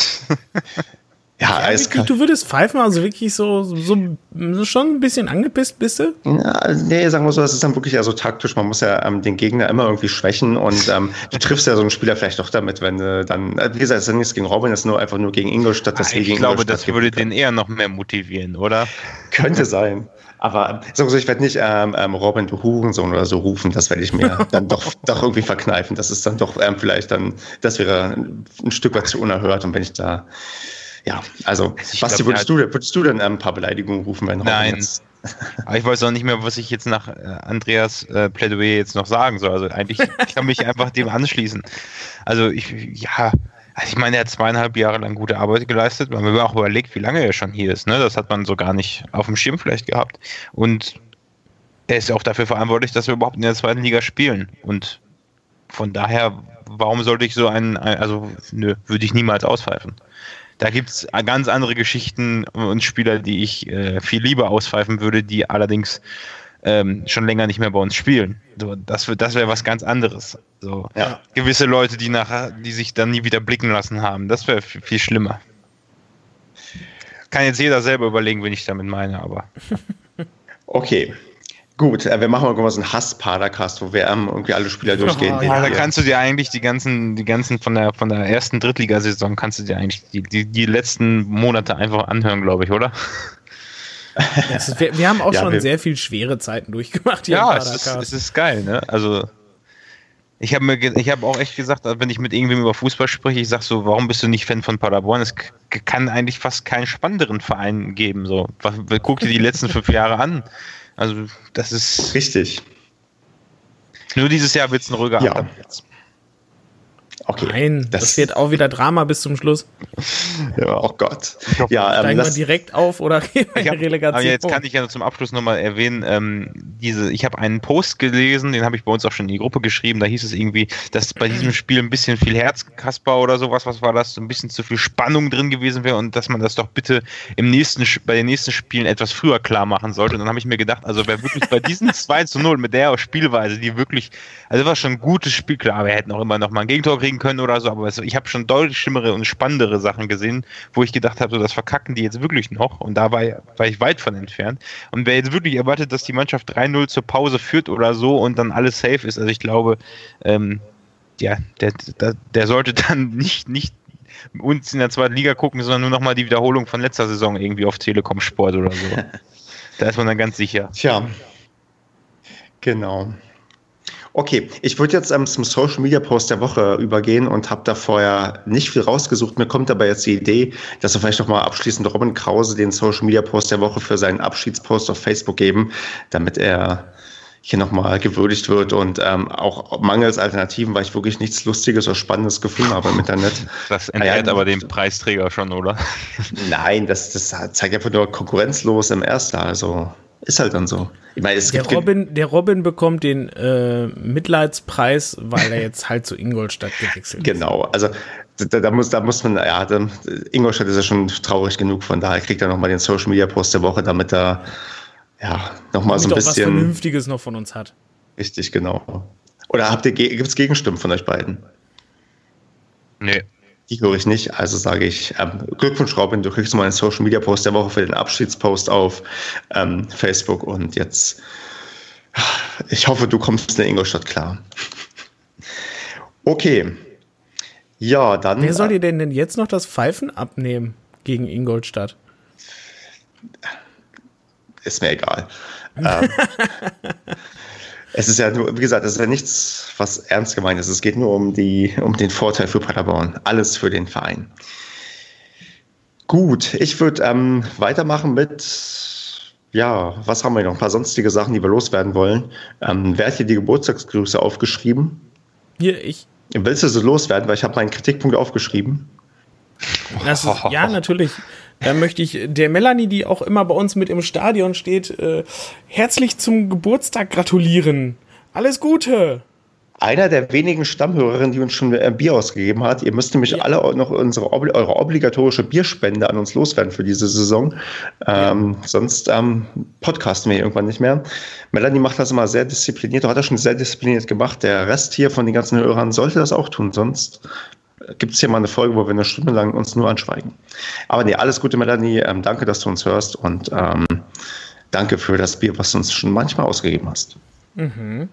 Ja, ja wirklich, du würdest pfeifen, also wirklich so, so, so schon ein bisschen angepisst bist du? Ja, nee, sagen wir so, das ist dann wirklich eher so taktisch. Man muss ja ähm, den Gegner immer irgendwie schwächen und ähm, du triffst ja so einen Spieler vielleicht doch damit, wenn du dann, wie gesagt, es ist ja nichts gegen Robin, es ist nur einfach nur gegen Ingolstadt. Das ich glaube, das würde den eher noch mehr motivieren, oder? Könnte sein. Aber sagen wir so, ich werde nicht ähm, ähm, Robin, du Hurensohn oder so rufen, das werde ich mir dann doch, doch irgendwie verkneifen. Das ist dann doch ähm, vielleicht dann, das wäre ein Stück weit zu unerhört und wenn ich da Ja, also, ich Basti, glaub, würdest, du, würdest du denn ein paar Beleidigungen rufen, wenn Robin Nein. Jetzt Aber ich weiß auch nicht mehr, was ich jetzt nach Andreas äh, Plädoyer jetzt noch sagen soll. Also eigentlich ich kann mich einfach dem anschließen. Also ich, ja, also ich meine, er hat zweieinhalb Jahre lang gute Arbeit geleistet. Man hat auch überlegt, wie lange er schon hier ist. Ne? Das hat man so gar nicht auf dem Schirm vielleicht gehabt. Und er ist ja auch dafür verantwortlich, dass wir überhaupt in der zweiten Liga spielen. Und von daher, warum sollte ich so einen, also nö, würde ich niemals auspfeifen. Da gibt es ganz andere Geschichten und Spieler, die ich äh, viel lieber auspfeifen würde, die allerdings ähm, schon länger nicht mehr bei uns spielen. So, das das wäre was ganz anderes. So, ja. Gewisse Leute, die nachher, die sich dann nie wieder blicken lassen haben, das wäre viel, viel schlimmer. Kann jetzt jeder selber überlegen, wen ich damit meine, aber. Okay. Gut, wir machen mal so einen Hass-Padercast, wo wir ähm, irgendwie alle Spieler durchgehen. Oh, ja, da kannst du dir eigentlich die ganzen, die ganzen von der von der ersten Drittligasaison kannst du dir eigentlich die, die, die letzten Monate einfach anhören, glaube ich, oder? Ist, wir, wir haben auch ja, schon sehr viel schwere Zeiten durchgemacht hier. Ja, es ist, es ist geil, ne? Also ich habe mir, ich habe auch echt gesagt, wenn ich mit irgendwem über Fußball spreche, ich sag so, warum bist du nicht Fan von Paderborn? Es kann eigentlich fast keinen spannenderen Verein geben. So, guck dir die letzten fünf Jahre an. Also, das ist. Richtig. Nur dieses Jahr wird es ein ruhiger ja. Abend jetzt. Okay. Nein, das, das wird auch wieder Drama bis zum Schluss. Ja, oh Gott. Hoffe, ja, ähm, steigen wir direkt auf oder gehen wir in die Relegation? Aber jetzt kann ich ja zum Abschluss nochmal erwähnen, ähm, diese, ich habe einen Post gelesen, den habe ich bei uns auch schon in die Gruppe geschrieben, da hieß es irgendwie, dass bei diesem Spiel ein bisschen viel Herzkasper oder sowas, was war das, so ein bisschen zu viel Spannung drin gewesen wäre und dass man das doch bitte im nächsten, bei den nächsten Spielen etwas früher klar machen sollte. Und dann habe ich mir gedacht, also wer wirklich bei diesen zwei zu null mit der Spielweise, die wirklich, also war schon ein gutes Spiel, klar, wir hätten auch immer noch mal ein Gegentor kriegen können oder so, aber ich habe schon deutlich schlimmere und spannendere Sachen gesehen, wo ich gedacht habe, so das verkacken die jetzt wirklich noch und da war, war ich weit von entfernt. Und wer jetzt wirklich erwartet, dass die Mannschaft drei null zur Pause führt oder so und dann alles safe ist, also ich glaube, ähm, ja, der, der, der sollte dann nicht, nicht uns in der zweiten Liga gucken, sondern nur nochmal die Wiederholung von letzter Saison irgendwie auf Telekom Sport oder so. Da ist man dann ganz sicher. Tja, genau. Okay, ich würde jetzt ähm, zum Social Media Post der Woche übergehen und habe da vorher nicht viel rausgesucht. Mir kommt aber jetzt die Idee, dass wir vielleicht noch mal abschließend Robin Krause den Social Media Post der Woche für seinen Abschiedspost auf Facebook geben, damit er hier nochmal gewürdigt wird und ähm, auch mangels Alternativen, weil ich wirklich nichts Lustiges oder Spannendes gefunden habe im Internet. Das entehrt ja, aber den Preisträger schon, oder? Nein, das, das zeigt einfach nur konkurrenzlos im Erster, also ist halt dann so. Ich meine, es der, gibt Robin, der Robin bekommt den äh, Mitleidspreis, weil er jetzt halt zu Ingolstadt gewechselt ist. Genau, also da, da, muss, da muss man, ja, da, Ingolstadt ist ja schon traurig genug, von daher kriegt er nochmal den Social Media Post der Woche, damit er ja nochmal so ein bisschen. was Vernünftiges noch von uns hat. Richtig, genau. Oder habt ihr, gibt es Gegenstimmen von euch beiden? Nee. Die höre ich nicht, also sage ich ähm, Glückwunsch, Robin, du kriegst mal einen Social-Media-Post der Woche für den Abschiedspost auf ähm, Facebook und jetzt, ich hoffe, du kommst in Ingolstadt klar. Okay, ja, dann... Wer soll dir denn, denn jetzt noch das Pfeifen abnehmen gegen Ingolstadt? Ist mir egal. ähm, Es ist ja nur, wie gesagt, es ist ja nichts, was ernst gemeint ist. Es geht nur um, die, um den Vorteil für Paderborn. Alles für den Verein. Gut, ich würde ähm, weitermachen mit, ja, was haben wir noch? Ein paar sonstige Sachen, die wir loswerden wollen. Ähm, wer hat hier die Geburtstagsgrüße aufgeschrieben? Hier, ich. Willst du so loswerden? Weil ich habe meinen Kritikpunkt aufgeschrieben. Das ist, ja, natürlich. Da möchte ich der Melanie, die auch immer bei uns mit im Stadion steht, äh, herzlich zum Geburtstag gratulieren. Alles Gute! Einer der wenigen Stammhörerinnen, die uns schon ein Bier ausgegeben hat. Ihr müsst nämlich ja. alle noch unsere, eure obligatorische Bierspende an uns loswerden für diese Saison. Ähm, ja. Sonst ähm, podcasten wir irgendwann nicht mehr. Melanie macht das immer sehr diszipliniert. Du hast das schon sehr diszipliniert gemacht. Der Rest hier von den ganzen Hörern sollte das auch tun. Sonst gibt es hier mal eine Folge, wo wir eine Stunde lang uns nur anschweigen. Aber nee, alles Gute, Melanie. Ähm, danke, dass du uns hörst und ähm, danke für das Bier, was du uns schon manchmal ausgegeben hast. Mhm.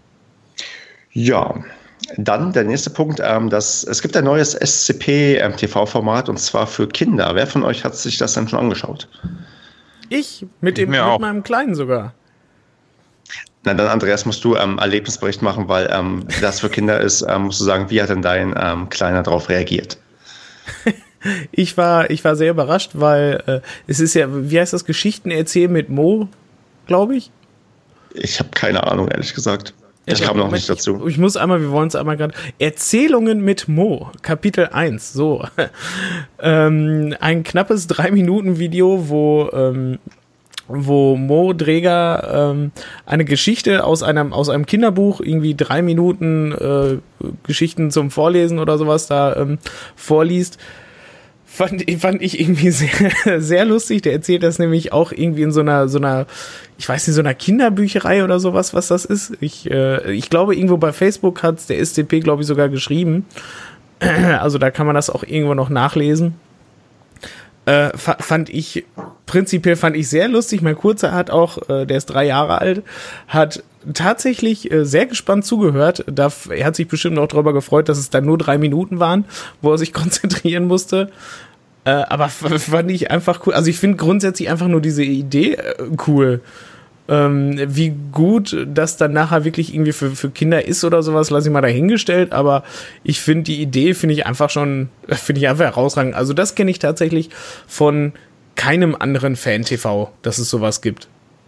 Ja, dann der nächste Punkt. Ähm, das, es gibt ein neues S C P-T V-Format und zwar für Kinder. Wer von euch hat sich das denn schon angeschaut? Ich, mit, dem, mit meinem Kleinen sogar. Na dann, Andreas, musst du ähm, Erlebnisbericht machen, weil ähm, das für Kinder ist, ähm, musst du sagen, wie hat denn dein ähm, Kleiner darauf reagiert? ich, war, ich war sehr überrascht, weil äh, es ist ja, wie heißt das, Geschichten erzählen mit Mo, glaube ich? Ich habe keine Ahnung, ehrlich gesagt. Ich ja, kam noch nicht dazu. Ich, ich muss einmal, wir wollen es einmal gerade. Erzählungen mit Mo, Kapitel eins, so. ähm, ein knappes drei Minuten Video, wo... Ähm, wo Mo Dräger ähm, eine Geschichte aus einem aus einem Kinderbuch, irgendwie drei Minuten äh, Geschichten zum Vorlesen oder sowas da ähm, vorliest, fand, fand ich irgendwie sehr, sehr lustig. Der erzählt das nämlich auch irgendwie in so einer, so einer, ich weiß nicht, so einer Kinderbücherei oder sowas, was das ist. Ich, äh, ich glaube, irgendwo bei Facebook hat der S C P, glaube ich, sogar geschrieben. Also da kann man das auch irgendwo noch nachlesen. Äh, fand ich, prinzipiell fand ich sehr lustig. Mein Kurzer hat auch, äh, der ist drei Jahre alt, hat tatsächlich äh, sehr gespannt zugehört. Da, er hat sich bestimmt auch darüber gefreut, dass es dann nur drei Minuten waren, wo er sich konzentrieren musste. Äh, aber f- fand ich einfach cool. Also ich finde grundsätzlich einfach nur diese Idee äh, cool. Ähm, wie gut das dann nachher wirklich irgendwie für, für Kinder ist oder sowas, lasse ich mal dahingestellt, aber ich finde die Idee, finde ich einfach schon, finde ich einfach herausragend. Also das kenne ich tatsächlich von keinem anderen Fan-T V, dass es sowas gibt.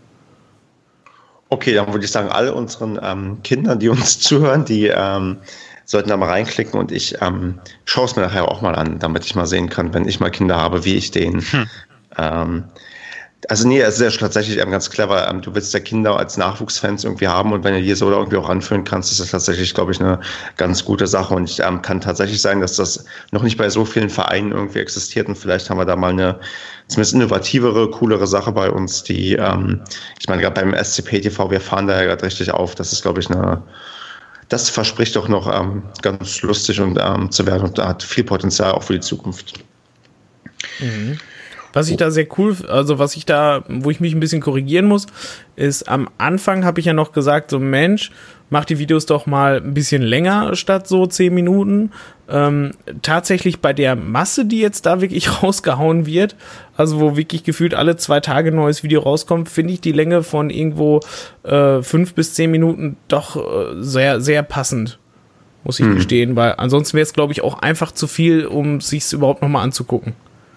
Okay, dann würde ich sagen, alle unseren ähm, Kindern, die uns zuhören, die ähm, sollten da mal reinklicken und ich ähm, schaue es mir nachher auch mal an, damit ich mal sehen kann, wenn ich mal Kinder habe, wie ich den hm. ähm, Also nee, es ist ja tatsächlich ganz clever. Du willst ja Kinder als Nachwuchsfans irgendwie haben und wenn du die so irgendwie auch ranführen kannst, ist das tatsächlich, glaube ich, eine ganz gute Sache. Und ich ähm, kann tatsächlich sagen, dass das noch nicht bei so vielen Vereinen irgendwie existiert und vielleicht haben wir da mal eine zumindest innovativere, coolere Sache bei uns, die, ähm, ich meine, gerade beim S C P T V, wir fahren da ja gerade richtig auf. Das ist, glaube ich, eine, das verspricht doch noch ähm, ganz lustig und ähm, zu werden und da hat viel Potenzial auch für die Zukunft. Mhm. Was ich da sehr cool, also was ich da, wo ich mich ein bisschen korrigieren muss, ist, am Anfang habe ich ja noch gesagt, so Mensch, mach die Videos doch mal ein bisschen länger statt so zehn Minuten. Ähm, tatsächlich bei der Masse, die jetzt da wirklich rausgehauen wird, also wo wirklich gefühlt alle zwei Tage ein neues Video rauskommt, finde ich die Länge von irgendwo äh, fünf bis zehn Minuten doch äh, sehr, sehr passend, muss ich hm. gestehen, weil ansonsten wäre es, glaube ich, auch einfach zu viel, um sich's überhaupt nochmal anzugucken.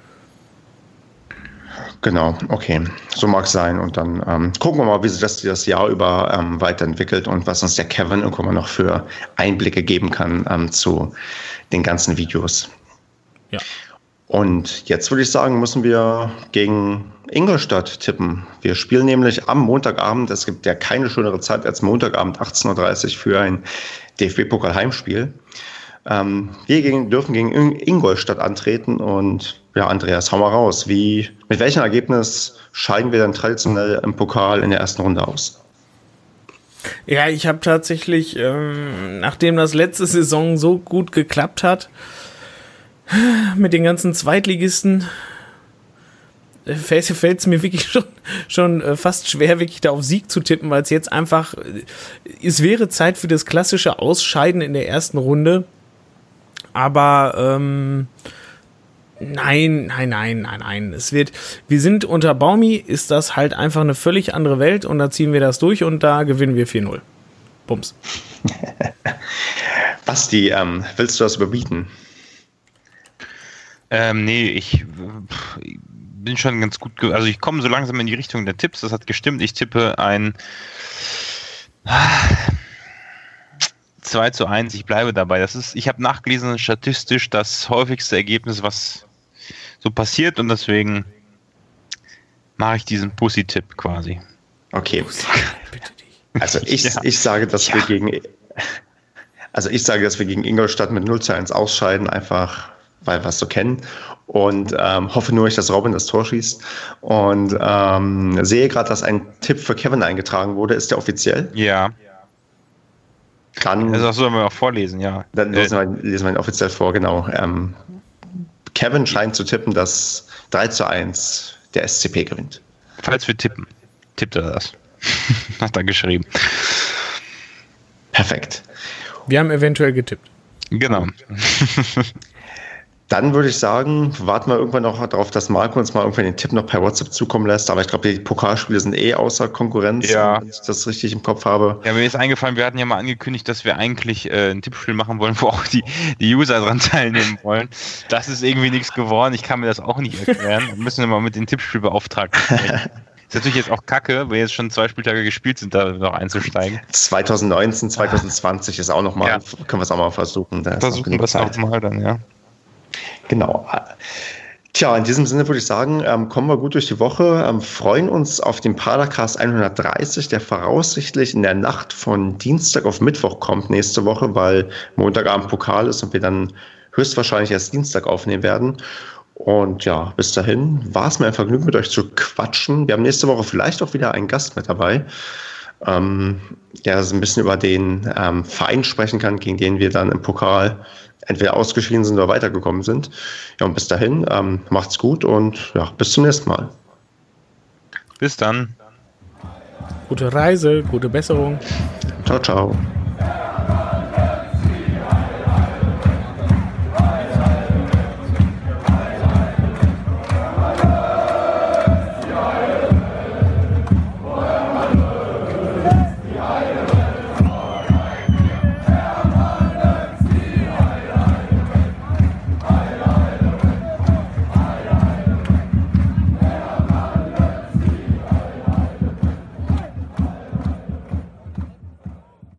Genau, okay, so mag es sein und dann ähm, gucken wir mal, wie sich das das Jahr über ähm, weiterentwickelt und was uns der Kevin irgendwann mal noch für Einblicke geben kann ähm, zu den ganzen Videos. Ja. Und jetzt würde ich sagen, müssen wir gegen Ingolstadt tippen. Wir spielen nämlich am Montagabend, es gibt ja keine schönere Zeit als Montagabend achtzehn Uhr dreißig für ein D F B-Pokal-Heimspiel. Ähm, wir gegen, dürfen gegen Ingolstadt antreten und ja, Andreas, hau mal raus. Wie, mit welchem Ergebnis scheiden wir dann traditionell im Pokal in der ersten Runde aus? Ja, ich habe tatsächlich, ähm, nachdem das letzte Saison so gut geklappt hat, Mit den ganzen Zweitligisten fällt es mir wirklich schon, schon fast schwer, wirklich da auf Sieg zu tippen, weil es jetzt einfach, es wäre Zeit für das klassische Ausscheiden in der ersten Runde, aber ähm, nein, nein, nein, nein, nein, es wird, wir sind unter Baumi, ist das halt einfach eine völlig andere Welt und da ziehen wir das durch und da gewinnen wir vier null. Bums. Basti, ähm, willst du das überbieten? Ähm, nee, ich pff, bin schon ganz gut, ge- also ich komme so langsam in die Richtung der Tipps, das hat gestimmt, ich tippe ein zwei zu eins, ich bleibe dabei. Das ist, ich habe nachgelesen, statistisch das häufigste Ergebnis, was so passiert und deswegen mache ich diesen Pussy-Tipp quasi. Okay. Bitte dich. Also ich, Ja. ich sage, dass Ja. wir gegen also ich sage, dass wir gegen Ingolstadt mit null zu eins ausscheiden, einfach weil wir es so kennen. Und ähm, hoffe nur nicht, dass Robin das Tor schießt. Und ähm, sehe gerade, dass ein Tipp für Kevin eingetragen wurde. Ist der offiziell? Ja, Dann, also das sollen wir auch vorlesen, ja. dann Äh, lesen, wir, lesen wir ihn offiziell vor, genau. Ähm, Kevin scheint zu tippen, dass drei zu eins der S C P gewinnt. falls wir tippen, tippt er das. Hat er geschrieben. Perfekt. Wir haben eventuell getippt. Genau. Dann würde ich sagen, warten wir irgendwann noch darauf, dass Marco uns mal irgendwann den Tipp noch per WhatsApp zukommen lässt. Aber ich glaube, die Pokalspiele sind eh außer Konkurrenz, Ja. wenn ich das richtig im Kopf habe. Ja, mir ist eingefallen, wir hatten ja mal angekündigt, dass wir eigentlich äh, ein Tippspiel machen wollen, wo auch die, die User dran teilnehmen wollen. Das ist irgendwie nichts geworden. Ich kann mir das auch nicht erklären. Da müssen wir mal mit den Tippspielbeauftragten sprechen. Ist natürlich jetzt auch kacke, weil jetzt schon zwei Spieltage gespielt sind, da noch einzusteigen. zwanzig neunzehn, zwanzig zwanzig ist auch noch mal, Ja. können wir es auch mal versuchen. Da ist noch Versuchen genug wir es Zeit. auch mal dann, ja. Genau. Tja, in diesem Sinne würde ich sagen, ähm, kommen wir gut durch die Woche, ähm, freuen uns auf den Padercast hundertdreißig, der voraussichtlich in der Nacht von Dienstag auf Mittwoch kommt nächste Woche, weil Montagabend Pokal ist und wir dann höchstwahrscheinlich erst Dienstag aufnehmen werden. Und ja, bis dahin war es mir ein Vergnügen, mit euch zu quatschen. Wir haben nächste Woche vielleicht auch wieder einen Gast mit dabei, ähm, der so ein bisschen über den ähm, Verein sprechen kann, gegen den wir dann im Pokal entweder ausgeschieden sind oder weitergekommen sind. Ja, und bis dahin, ähm, macht's gut und ja, bis zum nächsten Mal. Bis dann. Gute Reise, gute Besserung. Ciao, ciao.